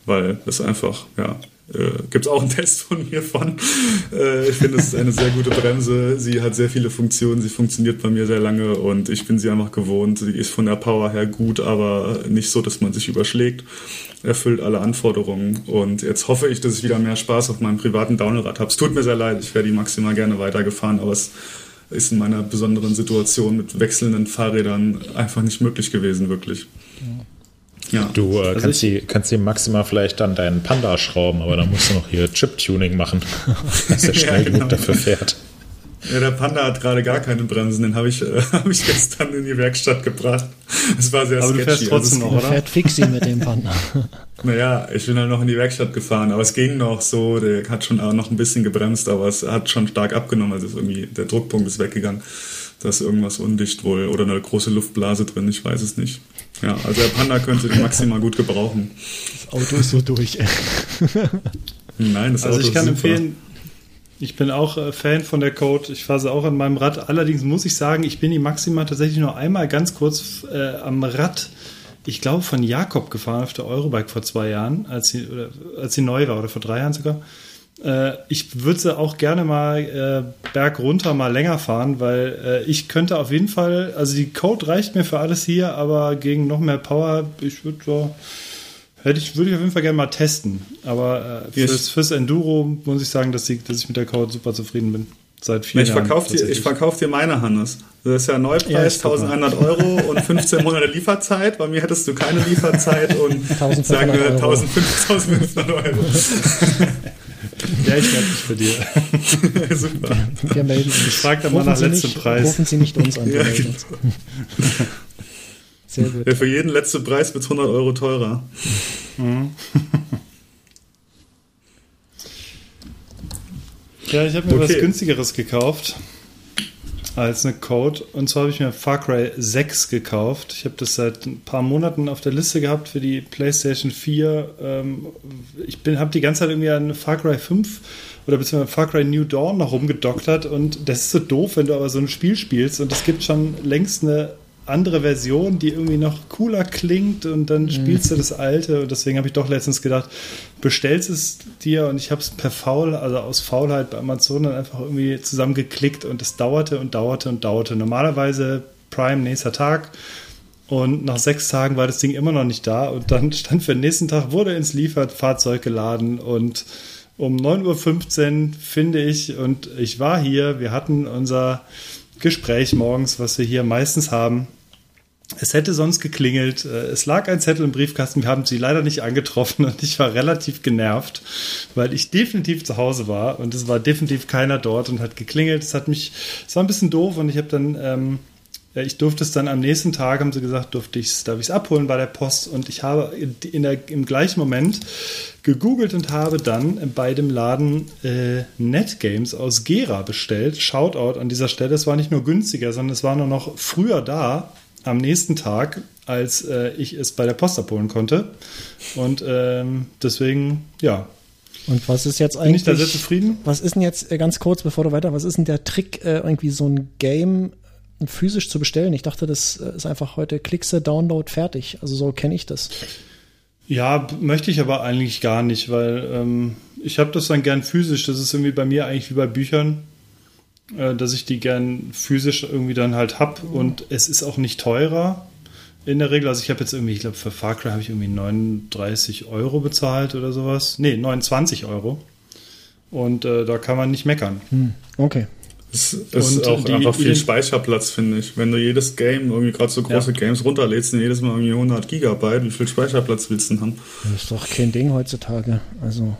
weil das einfach, gibt es auch einen Test von mir von. Ich finde, es ist eine sehr gute Bremse. Sie hat sehr viele Funktionen. Sie funktioniert bei mir sehr lange und ich bin sie einfach gewohnt. Sie ist von der Power her gut, aber nicht so, dass man sich überschlägt. Erfüllt alle Anforderungen. Und jetzt hoffe ich, dass ich wieder mehr Spaß auf meinem privaten Downhill-Rad habe. Es tut mir sehr leid. Ich wäre die maximal gerne weitergefahren, aber es ist in meiner besonderen Situation mit wechselnden Fahrrädern einfach nicht möglich gewesen, wirklich. Ja. Du kannst die maximal vielleicht an deinen Panda schrauben, aber dann musst du noch hier Chip-Tuning machen, dass der schnell genug dafür fährt. Ja, der Panda hat gerade gar keine Bremsen, den habe ich gestern in die Werkstatt gebracht. Es war sehr sketchy. Aber du fährst trotzdem noch, oder? Fährt Fixi mit dem Panda. Naja, ich bin halt noch in die Werkstatt gefahren, aber es ging noch so, der hat schon noch ein bisschen gebremst, aber es hat schon stark abgenommen, also irgendwie der Druckpunkt ist weggegangen. Da ist irgendwas undicht wohl oder eine große Luftblase drin, ich weiß es nicht. Ja, also der Panda könnte den maximal gut gebrauchen. Das Auto ist so durch. Nein, das Auto ist super. Also ich kann empfehlen, ich bin auch Fan von der Code. Ich fahre sie auch an meinem Rad. Allerdings muss ich sagen, ich bin die Maxima tatsächlich nur einmal ganz kurz am Rad, ich glaube, von Jakob gefahren auf der Eurobike vor 2 Jahren, als sie neu war oder vor 3 Jahren sogar. Ich würde sie auch gerne mal bergunter mal länger fahren, weil ich könnte auf jeden Fall, also die Code reicht mir für alles hier, aber gegen noch mehr Power, würde ich auf jeden Fall gerne mal testen. Aber fürs Enduro muss ich sagen, dass ich mit der Code super zufrieden bin. Seit 4 Jahren. Ich verkaufe dir meine, Hannes. Das ist ja Neupreis, 1.100 € und 15 Monate Lieferzeit. Bei mir hättest du keine Lieferzeit und sagen wir 1.500 €. Ja, ich melde mich für dir. Super. Wir melden uns. Ich frage dann mal nach letztem Preis. Rufen Sie nicht uns an. Ja, genau. Sehr gut. Ja, für jeden letzten Preis wird es 100 € teurer. Ja, ich habe mir was günstigeres gekauft als eine Code. Und zwar habe ich mir Far Cry 6 gekauft. Ich habe das seit ein paar Monaten auf der Liste gehabt für die PlayStation 4. Ich habe die ganze Zeit irgendwie an Far Cry 5 oder beziehungsweise Far Cry New Dawn noch rumgedoktert. Und das ist so doof, wenn du aber so ein Spiel spielst und es gibt schon längst eine andere Version, die irgendwie noch cooler klingt und dann spielst du das alte und deswegen habe ich doch letztens gedacht, bestellst es dir und ich habe es aus Faulheit bei Amazon dann einfach irgendwie zusammengeklickt und es dauerte und dauerte und dauerte. Normalerweise Prime nächster Tag und nach 6 Tagen war das Ding immer noch nicht da und dann stand für den nächsten Tag, wurde ins Lieferfahrzeug geladen und um 9:15 Uhr finde ich und ich war hier, wir hatten unser Gespräch morgens, was wir hier meistens haben. Es hätte sonst geklingelt. Es lag ein Zettel im Briefkasten. Wir haben sie leider nicht angetroffen und ich war relativ genervt, weil ich definitiv zu Hause war und es war definitiv keiner dort und hat geklingelt. Es war ein bisschen doof und ich habe dann, ich durfte es dann am nächsten Tag, haben sie gesagt, darf ich es abholen bei der Post und ich habe im gleichen Moment gegoogelt und habe dann bei dem Laden NetGames aus Gera bestellt. Shoutout an dieser Stelle. Es war nicht nur günstiger, sondern es war nur noch früher da, am nächsten Tag, als ich es bei der Post abholen konnte. Und deswegen, ja. Und was ist jetzt eigentlich... Bin ich da sehr zufrieden? Was ist denn jetzt, ganz kurz, bevor du weiter, was ist denn der Trick, irgendwie so ein Game physisch zu bestellen? Ich dachte, das ist einfach heute Klickse, Download, fertig. Also so kenne ich das. Ja, möchte ich aber eigentlich gar nicht, weil ich habe das dann gern physisch. Das ist irgendwie bei mir eigentlich wie bei Büchern, dass ich die gern physisch irgendwie dann halt hab und es ist auch nicht teurer in der Regel. Also ich habe jetzt irgendwie, ich glaube für Far Cry habe ich irgendwie 39 € bezahlt oder sowas. Nee, 29 €. Und da kann man nicht meckern. Okay. Es ist auch einfach viel Speicherplatz, finde ich. Wenn du jedes Game, irgendwie gerade so große Games runterlädst, jedes Mal irgendwie 100 Gigabyte, wie viel Speicherplatz willst du denn haben? Das ist doch kein Ding heutzutage. Also,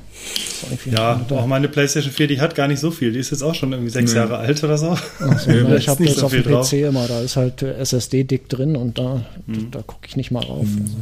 ja, auch meine PlayStation 4, die hat gar nicht so viel. Die ist jetzt auch schon irgendwie 6 Jahre alt oder so. So, ich habe das auf dem PC immer, da ist halt SSD dick drin und da gucke ich nicht mal rauf. Also.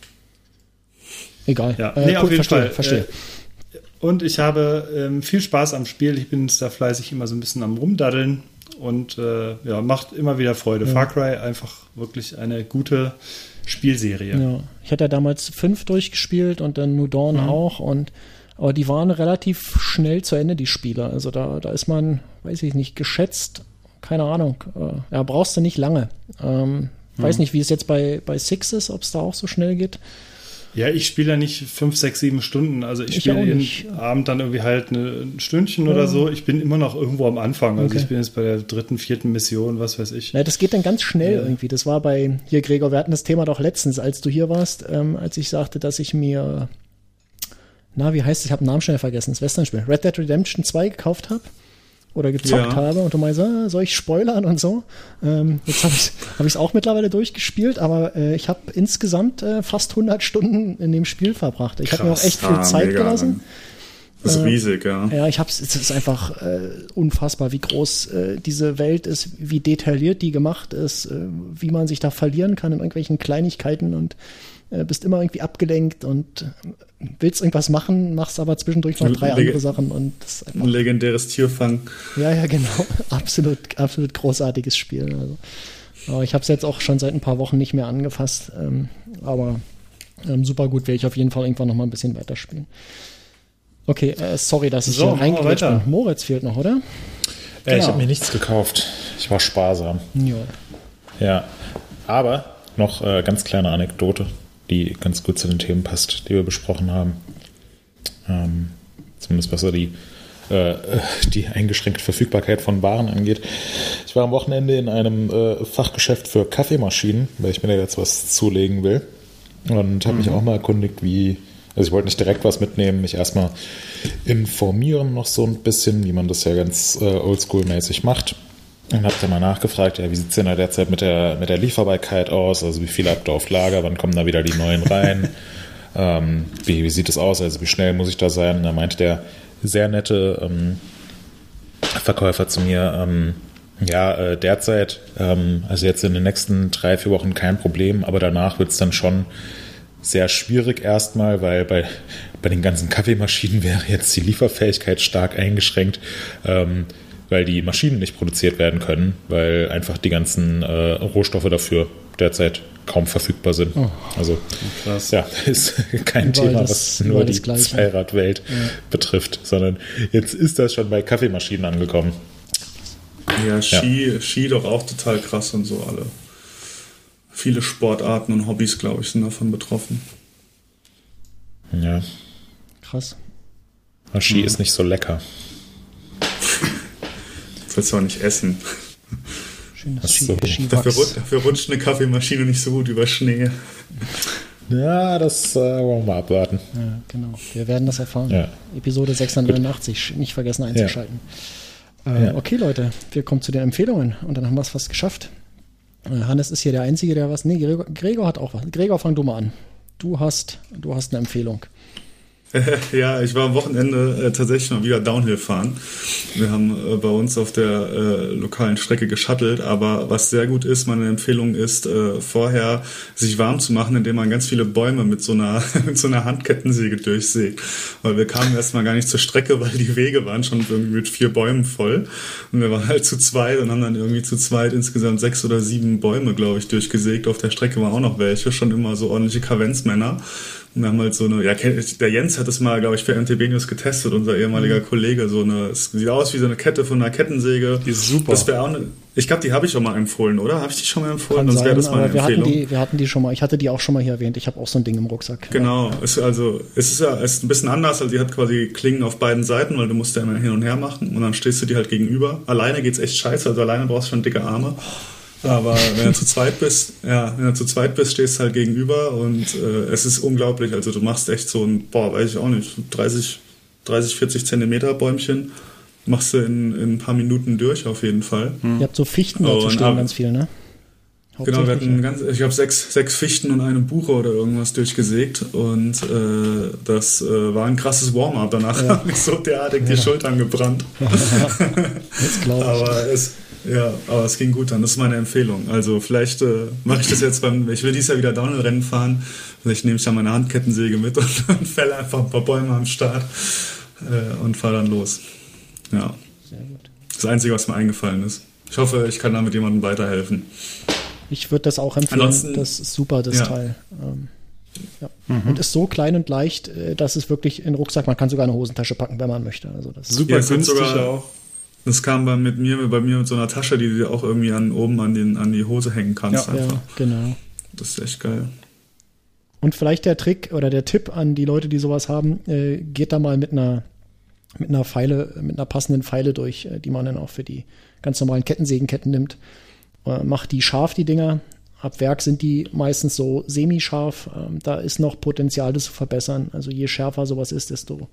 Egal. Ja. Auf jeden Fall. Verstehe. Und ich habe viel Spaß am Spiel. Ich bin da fleißig immer so ein bisschen am Rumdaddeln und macht immer wieder Freude. Ja. Far Cry einfach wirklich eine gute Spielserie. Ja. Ich hatte ja damals 5 durchgespielt und dann New Dawn auch. Aber die waren relativ schnell zu Ende, die Spiele. Also da ist man, weiß ich nicht, geschätzt, keine Ahnung. Brauchst du nicht lange. Weiß nicht, wie es jetzt bei Six ist, ob es da auch so schnell geht. Ja, ich spiele ja nicht 5, 6, 7 Stunden. Also ich spiele jeden Abend dann irgendwie halt ein Stündchen oder so. Ich bin immer noch irgendwo am Anfang. Also ich bin jetzt bei der 3., 4. Mission, was weiß ich. Ja, das geht dann ganz schnell irgendwie. Das war bei hier, Gregor, wir hatten das Thema doch letztens, als du hier warst, als ich sagte, dass ich mir, wie heißt es? Ich habe den Namen schnell vergessen, das Westernspiel, Red Dead Redemption 2 gekauft habe. Oder gezockt habe und du meinst, soll ich spoilern und so. Jetzt habe ich es auch mittlerweile durchgespielt, aber ich habe insgesamt fast 100 Stunden in dem Spiel verbracht. Ich habe mir auch echt viel Zeit gelassen. Das ist riesig, ja. Ja, es ist einfach unfassbar, wie groß diese Welt ist, wie detailliert die gemacht ist, wie man sich da verlieren kann in irgendwelchen Kleinigkeiten und bist immer irgendwie abgelenkt und willst irgendwas machen, machst aber zwischendurch noch 3 andere Sachen. Und das ist einfach ein legendäres Tierfang. Ja, genau. Absolut großartiges Spiel. Also, aber ich habe es jetzt auch schon seit ein paar Wochen nicht mehr angefasst. Aber super gut, werde ich auf jeden Fall irgendwann noch mal ein bisschen weiterspielen. Okay, sorry, dass ich hier reingequetscht bin. Moritz fehlt noch, oder? Genau. Ich habe mir nichts gekauft. Ich war sparsam. Ja. Aber noch ganz kleine Anekdote, die ganz gut zu den Themen passt, die wir besprochen haben. Zumindest was so die eingeschränkte Verfügbarkeit von Waren angeht. Ich war am Wochenende in einem Fachgeschäft für Kaffeemaschinen, weil ich mir da jetzt was zulegen will. Und habe mich auch mal erkundigt, also ich wollte nicht direkt was mitnehmen, mich erstmal informieren noch so ein bisschen, wie man das ja ganz oldschool-mäßig macht. Und habe dann mal nachgefragt, wie sieht es denn da derzeit mit der Lieferbarkeit aus? Also wie viel habt ihr auf Lager? Wann kommen da wieder die neuen rein? Wie sieht es aus? Also wie schnell muss ich da sein? Und da meinte der sehr nette Verkäufer zu mir, derzeit, also jetzt in den nächsten 3, 4 Wochen kein Problem, aber danach wird es dann schon sehr schwierig erstmal, weil bei den ganzen Kaffeemaschinen wäre jetzt die Lieferfähigkeit stark eingeschränkt, weil die Maschinen nicht produziert werden können, weil einfach die ganzen Rohstoffe dafür derzeit kaum verfügbar sind. Oh, also krass. Ja, ist kein Thema, was nur die Zweiradwelt betrifft, sondern jetzt ist das schon bei Kaffeemaschinen angekommen. Ja, Ski doch auch total krass und so alle. Viele Sportarten und Hobbys, glaube ich, sind davon betroffen. Ja. Krass. Aber Ski ist nicht so lecker. Das willst du auch nicht essen. Schönes Dafür rutscht eine Kaffeemaschine nicht so gut über Schnee. Ja, das wollen wir abwarten. Ja, genau. Wir werden das erfahren. Ja. Episode 689. Gut. Nicht vergessen einzuschalten. Ja. Okay, Leute, wir kommen zu den Empfehlungen und dann haben wir es fast geschafft. Hannes ist hier der Einzige, der was... Nee, Gregor hat auch was. Gregor, fang du mal an. Du hast eine Empfehlung. Ja, ich war am Wochenende tatsächlich mal wieder Downhill fahren. Wir haben bei uns auf der lokalen Strecke geshuttelt, aber was sehr gut ist, meine Empfehlung ist, vorher sich warm zu machen, indem man ganz viele Bäume mit so einer Handkettensäge durchsägt. Weil wir kamen erstmal gar nicht zur Strecke, weil die Wege waren schon irgendwie mit 4 Bäumen voll. Und wir waren halt zu zweit und haben dann irgendwie zu zweit insgesamt 6 oder 7 Bäume, glaube ich, durchgesägt. Auf der Strecke waren auch noch welche, schon immer so ordentliche Kavenzmänner. Und wir haben halt so eine, der Jens hat es mal, glaube ich, für MTB News getestet, unser ehemaliger Kollege, es sieht aus wie so eine Kette von einer Kettensäge. Die ist super. Das wäre auch ich glaube, die habe ich schon mal empfohlen, oder? Habe ich die schon mal empfohlen? Sonst wäre das meine Empfehlung. Wir hatten die schon mal, ich hatte die auch schon mal hier erwähnt, ich habe auch so ein Ding im Rucksack. Genau, es ist ein bisschen anders, also die hat quasi Klingen auf beiden Seiten, weil du musst ja immer hin und her machen und dann stehst du dir halt gegenüber. Alleine geht's echt scheiße, also alleine brauchst du schon dicke Arme. Aber wenn du zu zweit bist, stehst du halt gegenüber und es ist unglaublich. Also du machst echt so weiß ich auch nicht, 30, 40 Zentimeter Bäumchen machst du in ein paar Minuten durch auf jeden Fall. Ihr habt so Fichten dazu stehen, ganz viel, ne? Genau, wir hatten ich habe 6 Fichten und eine Buche oder irgendwas durchgesägt und das war ein krasses Warm-up. Danach habe ich so derartig die Schultern gebrannt. Das glaube ich. Aber es ging gut dann. Das ist meine Empfehlung. Also vielleicht mache ich das jetzt ich will dieses Jahr wieder Downhill-Rennen fahren. Vielleicht nehme ich dann meine Handkettensäge mit und fälle einfach ein paar Bäume am Start und fahre dann los. Ja. Sehr gut. Das Einzige, was mir eingefallen ist. Ich hoffe, ich kann damit jemandem weiterhelfen. Ich würde das auch empfehlen. Das ist super, das Teil. Und ist so klein und leicht, dass es wirklich in den Rucksack, man kann sogar eine Hosentasche packen, wenn man möchte. Also das super günstig auch. Das kam bei mir mit so einer Tasche, die du auch irgendwie oben an die Hose hängen kannst. Ja, genau. Das ist echt geil. Und vielleicht der Trick oder der Tipp an die Leute, die sowas haben, geht da mal mit einer passenden Feile durch, die man dann auch für die ganz normalen Kettensägenketten nimmt. Macht die scharf, die Dinger. Ab Werk sind die meistens so semi-scharf. Da ist noch Potenzial, das zu verbessern. Also je schärfer sowas ist, desto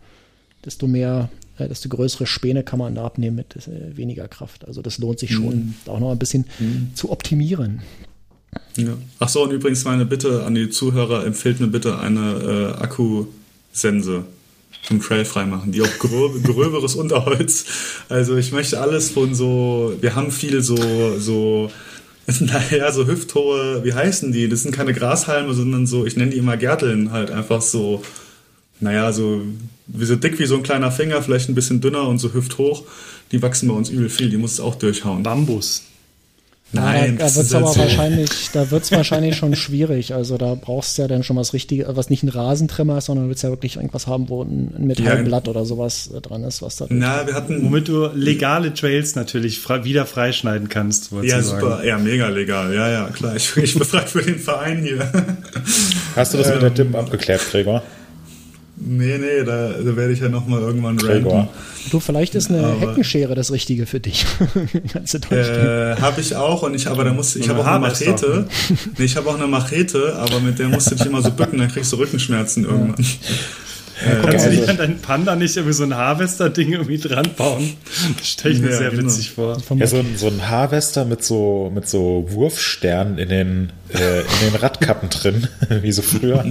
größere Späne kann man da abnehmen mit weniger Kraft. Also das lohnt sich schon, da auch noch ein bisschen zu optimieren. Ja. Ach so, und übrigens meine Bitte an die Zuhörer, empfehlt mir bitte eine Akkusense zum Trail freimachen, die auch gröberes Unterholz. Also ich möchte alles von so, wir haben viel so hüfthohe, wie heißen die? Das sind keine Grashalme, sondern so, ich nenne die immer Gärteln, halt einfach so, so dick wie so ein kleiner Finger, vielleicht ein bisschen dünner und so hüfthoch. Die wachsen bei uns übel viel, die muss es auch durchhauen. Bambus. Nein, da wird es aber wahrscheinlich schon schwierig. Also da brauchst du ja dann schon was Richtiges, was nicht ein Rasentrimmer ist, sondern du willst ja wirklich irgendwas haben, wo ein Metallblatt oder sowas dran ist, was da. Womit du legale Trails natürlich wieder freischneiden kannst. Ja, super, ja, mega legal. Ja, klar. Ich befrage für den Verein hier. Hast du das mit der DIP abgeklärt, Gregor? Nee, da werde ich ja nochmal irgendwann ranten. Du, vielleicht ist eine Heckenschere das Richtige für dich. Habe ich auch, ich habe auch eine Machete. Nee, ich habe auch eine Machete, aber mit der musst du dich immer so bücken, dann kriegst du Rückenschmerzen irgendwann. Kannst du dir an deinen Panda nicht irgendwie so ein Harvester-Ding irgendwie dran bauen? Das stelle ich mir sehr witzig vor. Ja, so ein Harvester mit so Wurfsternen in den Radkappen drin, wie so früher.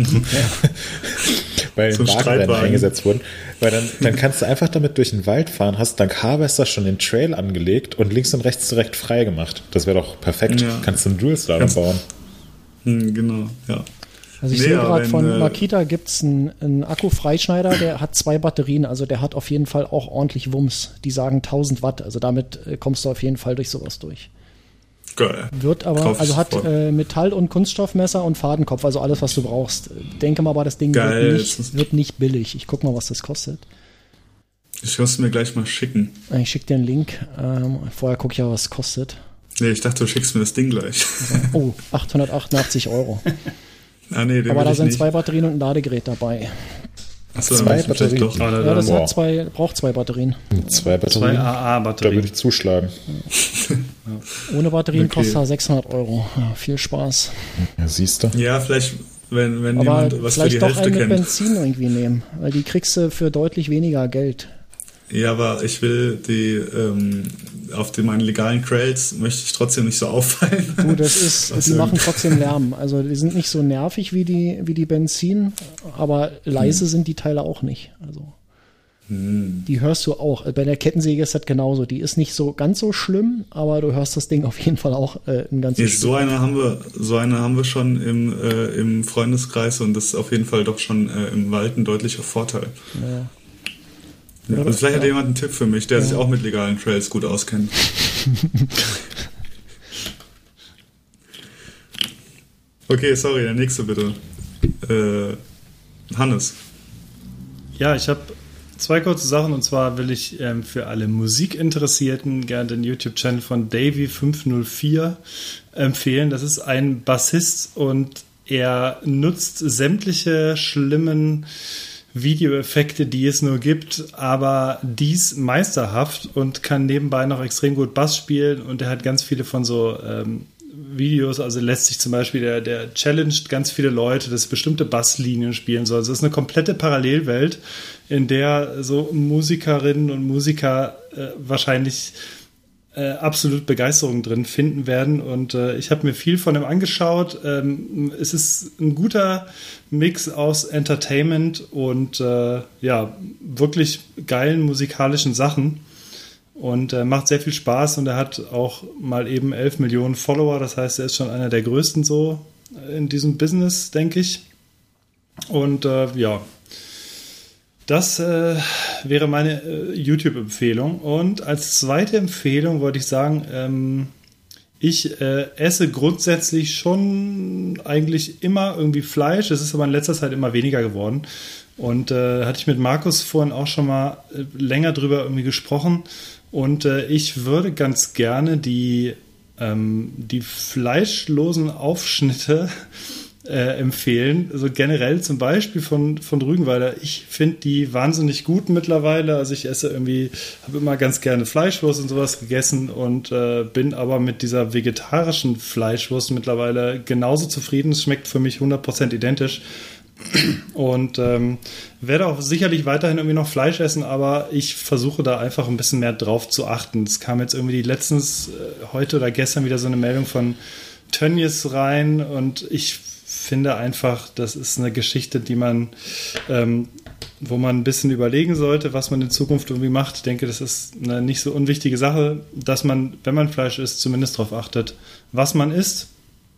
Weil so Wagenrennen eingesetzt wurden. Weil dann kannst du einfach damit durch den Wald fahren, hast dank Harvester schon den Trail angelegt und links und rechts direkt frei gemacht. Das wäre doch perfekt. Ja. Kannst du einen Dual-Slalom bauen. Genau, ja. Also ich sehe gerade von Makita gibt es einen Akku-Freischneider, der hat 2 Batterien, also der hat auf jeden Fall auch ordentlich Wumms. Die sagen 1000 Watt, also damit kommst du auf jeden Fall durch sowas durch. Geil. Hat Metall- und Kunststoffmesser und Fadenkopf, also alles, was du brauchst. Denke mal, aber das Ding wird nicht billig. Ich guck mal, was das kostet. Ich muss es mir gleich mal schicken. Ich schicke dir einen Link. Vorher gucke ich ja, was es kostet. Nee, ich dachte, du schickst mir das Ding gleich. Oh, 888 €. Nee, aber da sind 2 Batterien und ein Ladegerät dabei. Achso, 2 Batterien? Doch. Ja, das braucht 2 Batterien. 2 Batterien? 2 AA-Batterien. Da würde ich zuschlagen. Ohne Batterien kostet er 600 €. Ja, viel Spaß. Ja, siehst du? Ja, vielleicht, wenn jemand was für die Hälfte kennt. Vielleicht doch einen mit Benzin irgendwie nehmen, weil die kriegst du für deutlich weniger Geld. Ja, aber ich will auf meinen legalen Trails möchte ich trotzdem nicht so auffallen. Du, die machen trotzdem Lärm. Also die sind nicht so nervig wie die Benzin, aber leise sind die Teile auch nicht. Also die hörst du auch. Bei der Kettensäge ist das genauso. Die ist nicht so ganz so schlimm, aber du hörst das Ding auf jeden Fall auch ein ganzes Stück. So eine haben wir schon im Freundeskreis und das ist auf jeden Fall doch schon im Wald ein deutlicher Vorteil. Ja. Ja, also vielleicht hat jemand einen Tipp für mich, der sich auch mit legalen Trails gut auskennt. Okay, sorry, der nächste bitte. Hannes. Ja, ich habe 2 kurze Sachen, und zwar will ich für alle Musikinteressierten gerne den YouTube-Channel von Davey504 empfehlen. Das ist ein Bassist und er nutzt sämtliche schlimmen Videoeffekte, die es nur gibt, aber dies meisterhaft und kann nebenbei noch extrem gut Bass spielen, und er hat ganz viele von so Videos, also lässt sich zum Beispiel, der challenged ganz viele Leute, dass bestimmte Basslinien spielen sollen. Also es ist eine komplette Parallelwelt, in der so Musikerinnen und Musiker wahrscheinlich absolut Begeisterung drin finden werden, und ich habe mir viel von ihm angeschaut. Es ist ein guter Mix aus Entertainment und wirklich geilen musikalischen Sachen, und macht sehr viel Spaß, und er hat auch mal eben 11 Millionen Follower, das heißt, er ist schon einer der größten so in diesem Business, denke ich. Und das wäre meine YouTube-Empfehlung. Und als zweite Empfehlung wollte ich sagen, ich esse grundsätzlich schon eigentlich immer irgendwie Fleisch. Es ist aber in letzter Zeit immer weniger geworden. Und hatte ich mit Markus vorhin auch schon mal länger drüber irgendwie gesprochen. Und ich würde ganz gerne die fleischlosen Aufschnitte empfehlen. Also generell zum Beispiel von Rügenwalder. Ich finde die wahnsinnig gut mittlerweile. Also ich habe immer ganz gerne Fleischwurst und sowas gegessen und bin aber mit dieser vegetarischen Fleischwurst mittlerweile genauso zufrieden. Es schmeckt für mich 100% identisch. Und werde auch sicherlich weiterhin irgendwie noch Fleisch essen, aber ich versuche da einfach ein bisschen mehr drauf zu achten. Es kam jetzt irgendwie letztens, heute oder gestern wieder so eine Meldung von Tönnies rein und ich finde einfach, das ist eine Geschichte, die man, wo man ein bisschen überlegen sollte, was man in Zukunft irgendwie macht. Ich denke, das ist eine nicht so unwichtige Sache, dass man, wenn man Fleisch isst, zumindest darauf achtet, was man isst.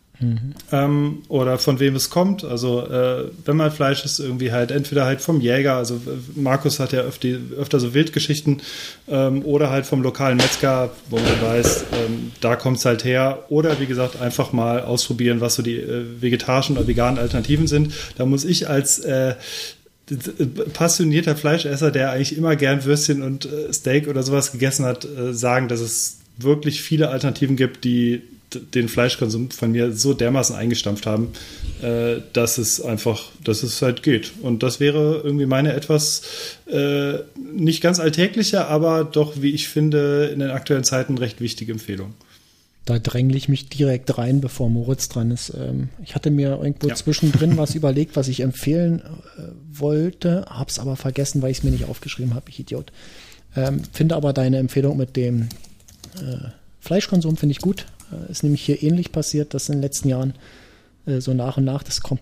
Oder von wem es kommt. Also wenn man Fleisch isst, irgendwie halt entweder halt vom Jäger, also Markus hat ja öfter so Wildgeschichten, oder halt vom lokalen Metzger, wo man weiß, da kommt es halt her. Oder wie gesagt, einfach mal ausprobieren, was so die vegetarischen oder veganen Alternativen sind. Da muss ich als passionierter Fleischesser, der eigentlich immer gern Würstchen und Steak oder sowas gegessen hat, sagen, dass es wirklich viele Alternativen gibt, die den Fleischkonsum von mir so dermaßen eingestampft haben, dass es halt geht. Und das wäre irgendwie meine etwas nicht ganz alltägliche, aber doch, wie ich finde, in den aktuellen Zeiten recht wichtige Empfehlung. Da drängle ich mich direkt rein, bevor Moritz dran ist. Ich hatte mir irgendwo zwischendrin was überlegt, was ich empfehlen wollte, hab's aber vergessen, weil ich es mir nicht aufgeschrieben habe, ich Idiot. Finde aber deine Empfehlung mit dem Fleischkonsum finde ich gut. Ist nämlich hier ähnlich passiert, dass in den letzten Jahren so nach und nach das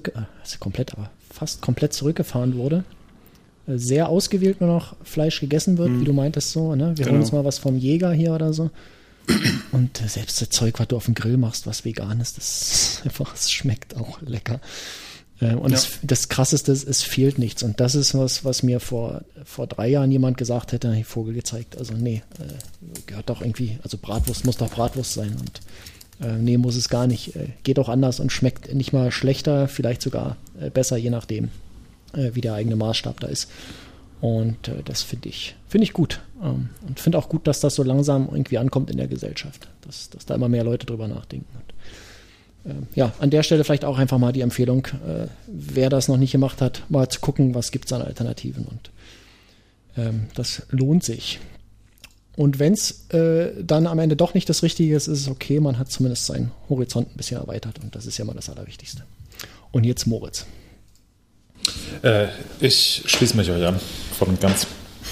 fast komplett zurückgefahren wurde. Sehr ausgewählt nur noch Fleisch gegessen wird, wie du meintest so. Ne? Wir holen uns mal was vom Jäger hier oder so. Und selbst das Zeug, was du auf dem Grill machst, was vegan ist, es schmeckt auch lecker. Und das Krasseste ist, es fehlt nichts. Und das ist was mir vor 3 Jahren jemand gesagt hätte, die Vogel gezeigt. Also nee, gehört doch irgendwie, also Bratwurst muss doch Bratwurst sein. Und nee, muss es gar nicht. Geht auch anders und schmeckt nicht mal schlechter, vielleicht sogar besser, je nachdem, wie der eigene Maßstab da ist. Und das finde ich gut. Und finde auch gut, dass das so langsam irgendwie ankommt in der Gesellschaft. Dass da immer mehr Leute drüber nachdenken. Und an der Stelle vielleicht auch einfach mal die Empfehlung, wer das noch nicht gemacht hat, mal zu gucken, was gibt es an Alternativen. Und das lohnt sich. Und wenn es dann am Ende doch nicht das Richtige ist, ist es okay, man hat zumindest seinen Horizont ein bisschen erweitert. Und das ist ja mal das Allerwichtigste. Und jetzt Moritz. Ich schließe mich euch an, voll und ganz.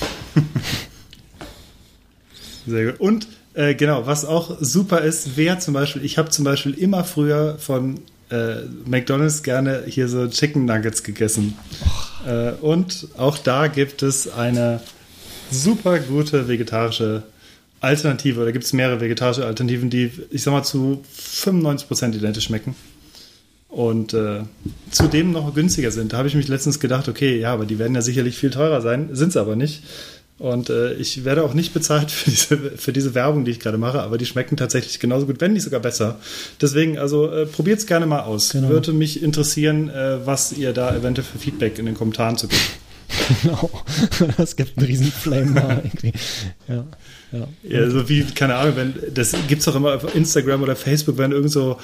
Sehr gut. Und genau, was auch super ist, ich habe zum Beispiel immer früher von McDonald's gerne hier so Chicken Nuggets gegessen. Und auch da gibt es eine super gute vegetarische Alternative, oder gibt es mehrere vegetarische Alternativen, die, ich sag mal, zu 95% identisch schmecken. Und zudem noch günstiger sind. Da habe ich mich letztens gedacht, okay, ja, aber die werden ja sicherlich viel teurer sein, sind sie aber nicht. Und ich werde auch nicht bezahlt für diese Werbung, die ich gerade mache, aber die schmecken tatsächlich genauso gut, wenn nicht sogar besser. Deswegen, also probiert es gerne mal aus. Genau. Würde mich interessieren, was ihr da eventuell für Feedback in den Kommentaren zu geben. Genau, das gibt einen riesen Flame da irgendwie. Ja, so wie, keine Ahnung, das gibt es doch immer auf Instagram oder Facebook, wenn irgend so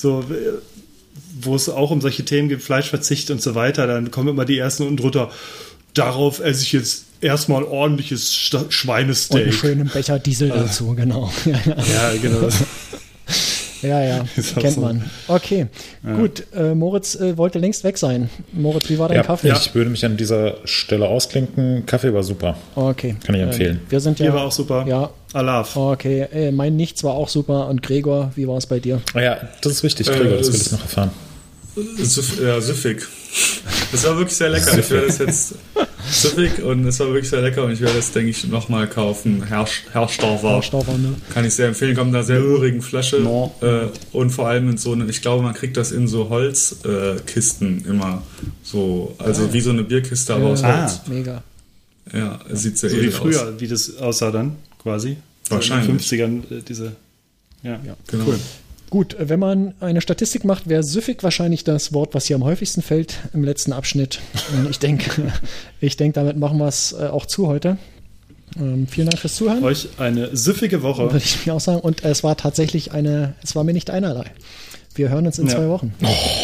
wo es auch um solche Themen gibt, Fleischverzicht und so weiter, dann kommen immer die ersten unten drunter, darauf esse ich jetzt erstmal ordentliches Schweinesteak. Und einen schönen Becher Diesel dazu, genau. Ja, genau. Ja, kennt man. Okay, gut. Moritz wollte längst weg sein. Moritz, wie war dein Kaffee? Ich würde mich an dieser Stelle ausklinken. Kaffee war super. Okay. Kann ich empfehlen. Hier war auch super. Ja. Alaf. Okay, mein Nichts war auch super. Und Gregor, wie war es bei dir? Ja, das ist wichtig, Gregor, das will ich noch erfahren. Süffig. Das war wirklich sehr lecker. Ich werde das jetzt süffig und es war wirklich sehr lecker und ich werde das, denke ich, nochmal kaufen. Herrstaufer, ne? Kann ich sehr empfehlen. Kommt in einer sehr urigen Flasche und vor allem in so eine, ich glaube, man kriegt das in so Holzkisten immer so, also wie so eine Bierkiste, aber aus Holz. Mega. Ja, es sieht sehr so edel aus. Wie früher, wie das aussah dann quasi. Wahrscheinlich. In den 50ern diese. Ja, genau. Cool. Gut, wenn man eine Statistik macht, wäre süffig wahrscheinlich das Wort, was hier am häufigsten fällt im letzten Abschnitt. Ich denke, damit machen wir es auch zu heute. Vielen Dank fürs Zuhören. Euch eine süffige Woche. Würde ich mir auch sagen. Und es war tatsächlich es war mir nicht einerlei. Wir hören uns in 2 Wochen.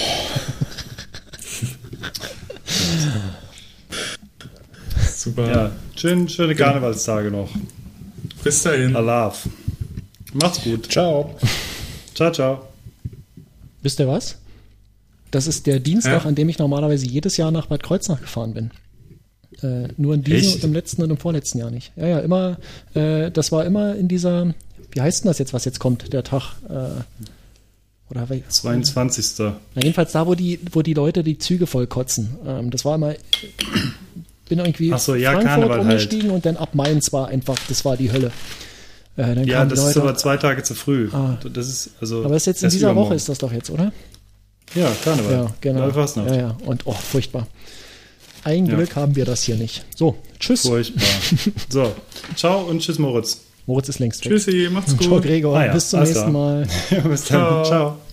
Super. Ja, schöne Karnevalstage noch. Bis dahin. Alaf. Macht's gut. Ciao. Ciao, ciao. Wisst ihr was? Das ist der Dienstag, an dem ich normalerweise jedes Jahr nach Bad Kreuznach gefahren bin. Nur in diesem und im letzten und im vorletzten Jahr nicht. Ja, immer, das war immer in dieser, wie heißt denn das jetzt, was jetzt kommt, der Tag? Oder 22. Na, jedenfalls da, wo die Leute die Züge voll kotzen. Das war immer, bin irgendwie Frankfurt Karneval umgestiegen und dann ab Mainz war einfach, das war die Hölle. Dann ja, das Leute, ist aber 2 Tage zu früh. Das ist, also aber das ist jetzt in dieser Woche ist das doch jetzt, oder? Ja, Karneval. Ja, genau. Fastnacht. Ja. Und furchtbar. Ein Glück haben wir das hier nicht. So, tschüss. Furchtbar. So, ciao und tschüss, Moritz. Moritz ist längst weg. Tschüssi, macht's gut. Ciao, Gregor. Bis zum nächsten Mal. Bis dann. Ciao.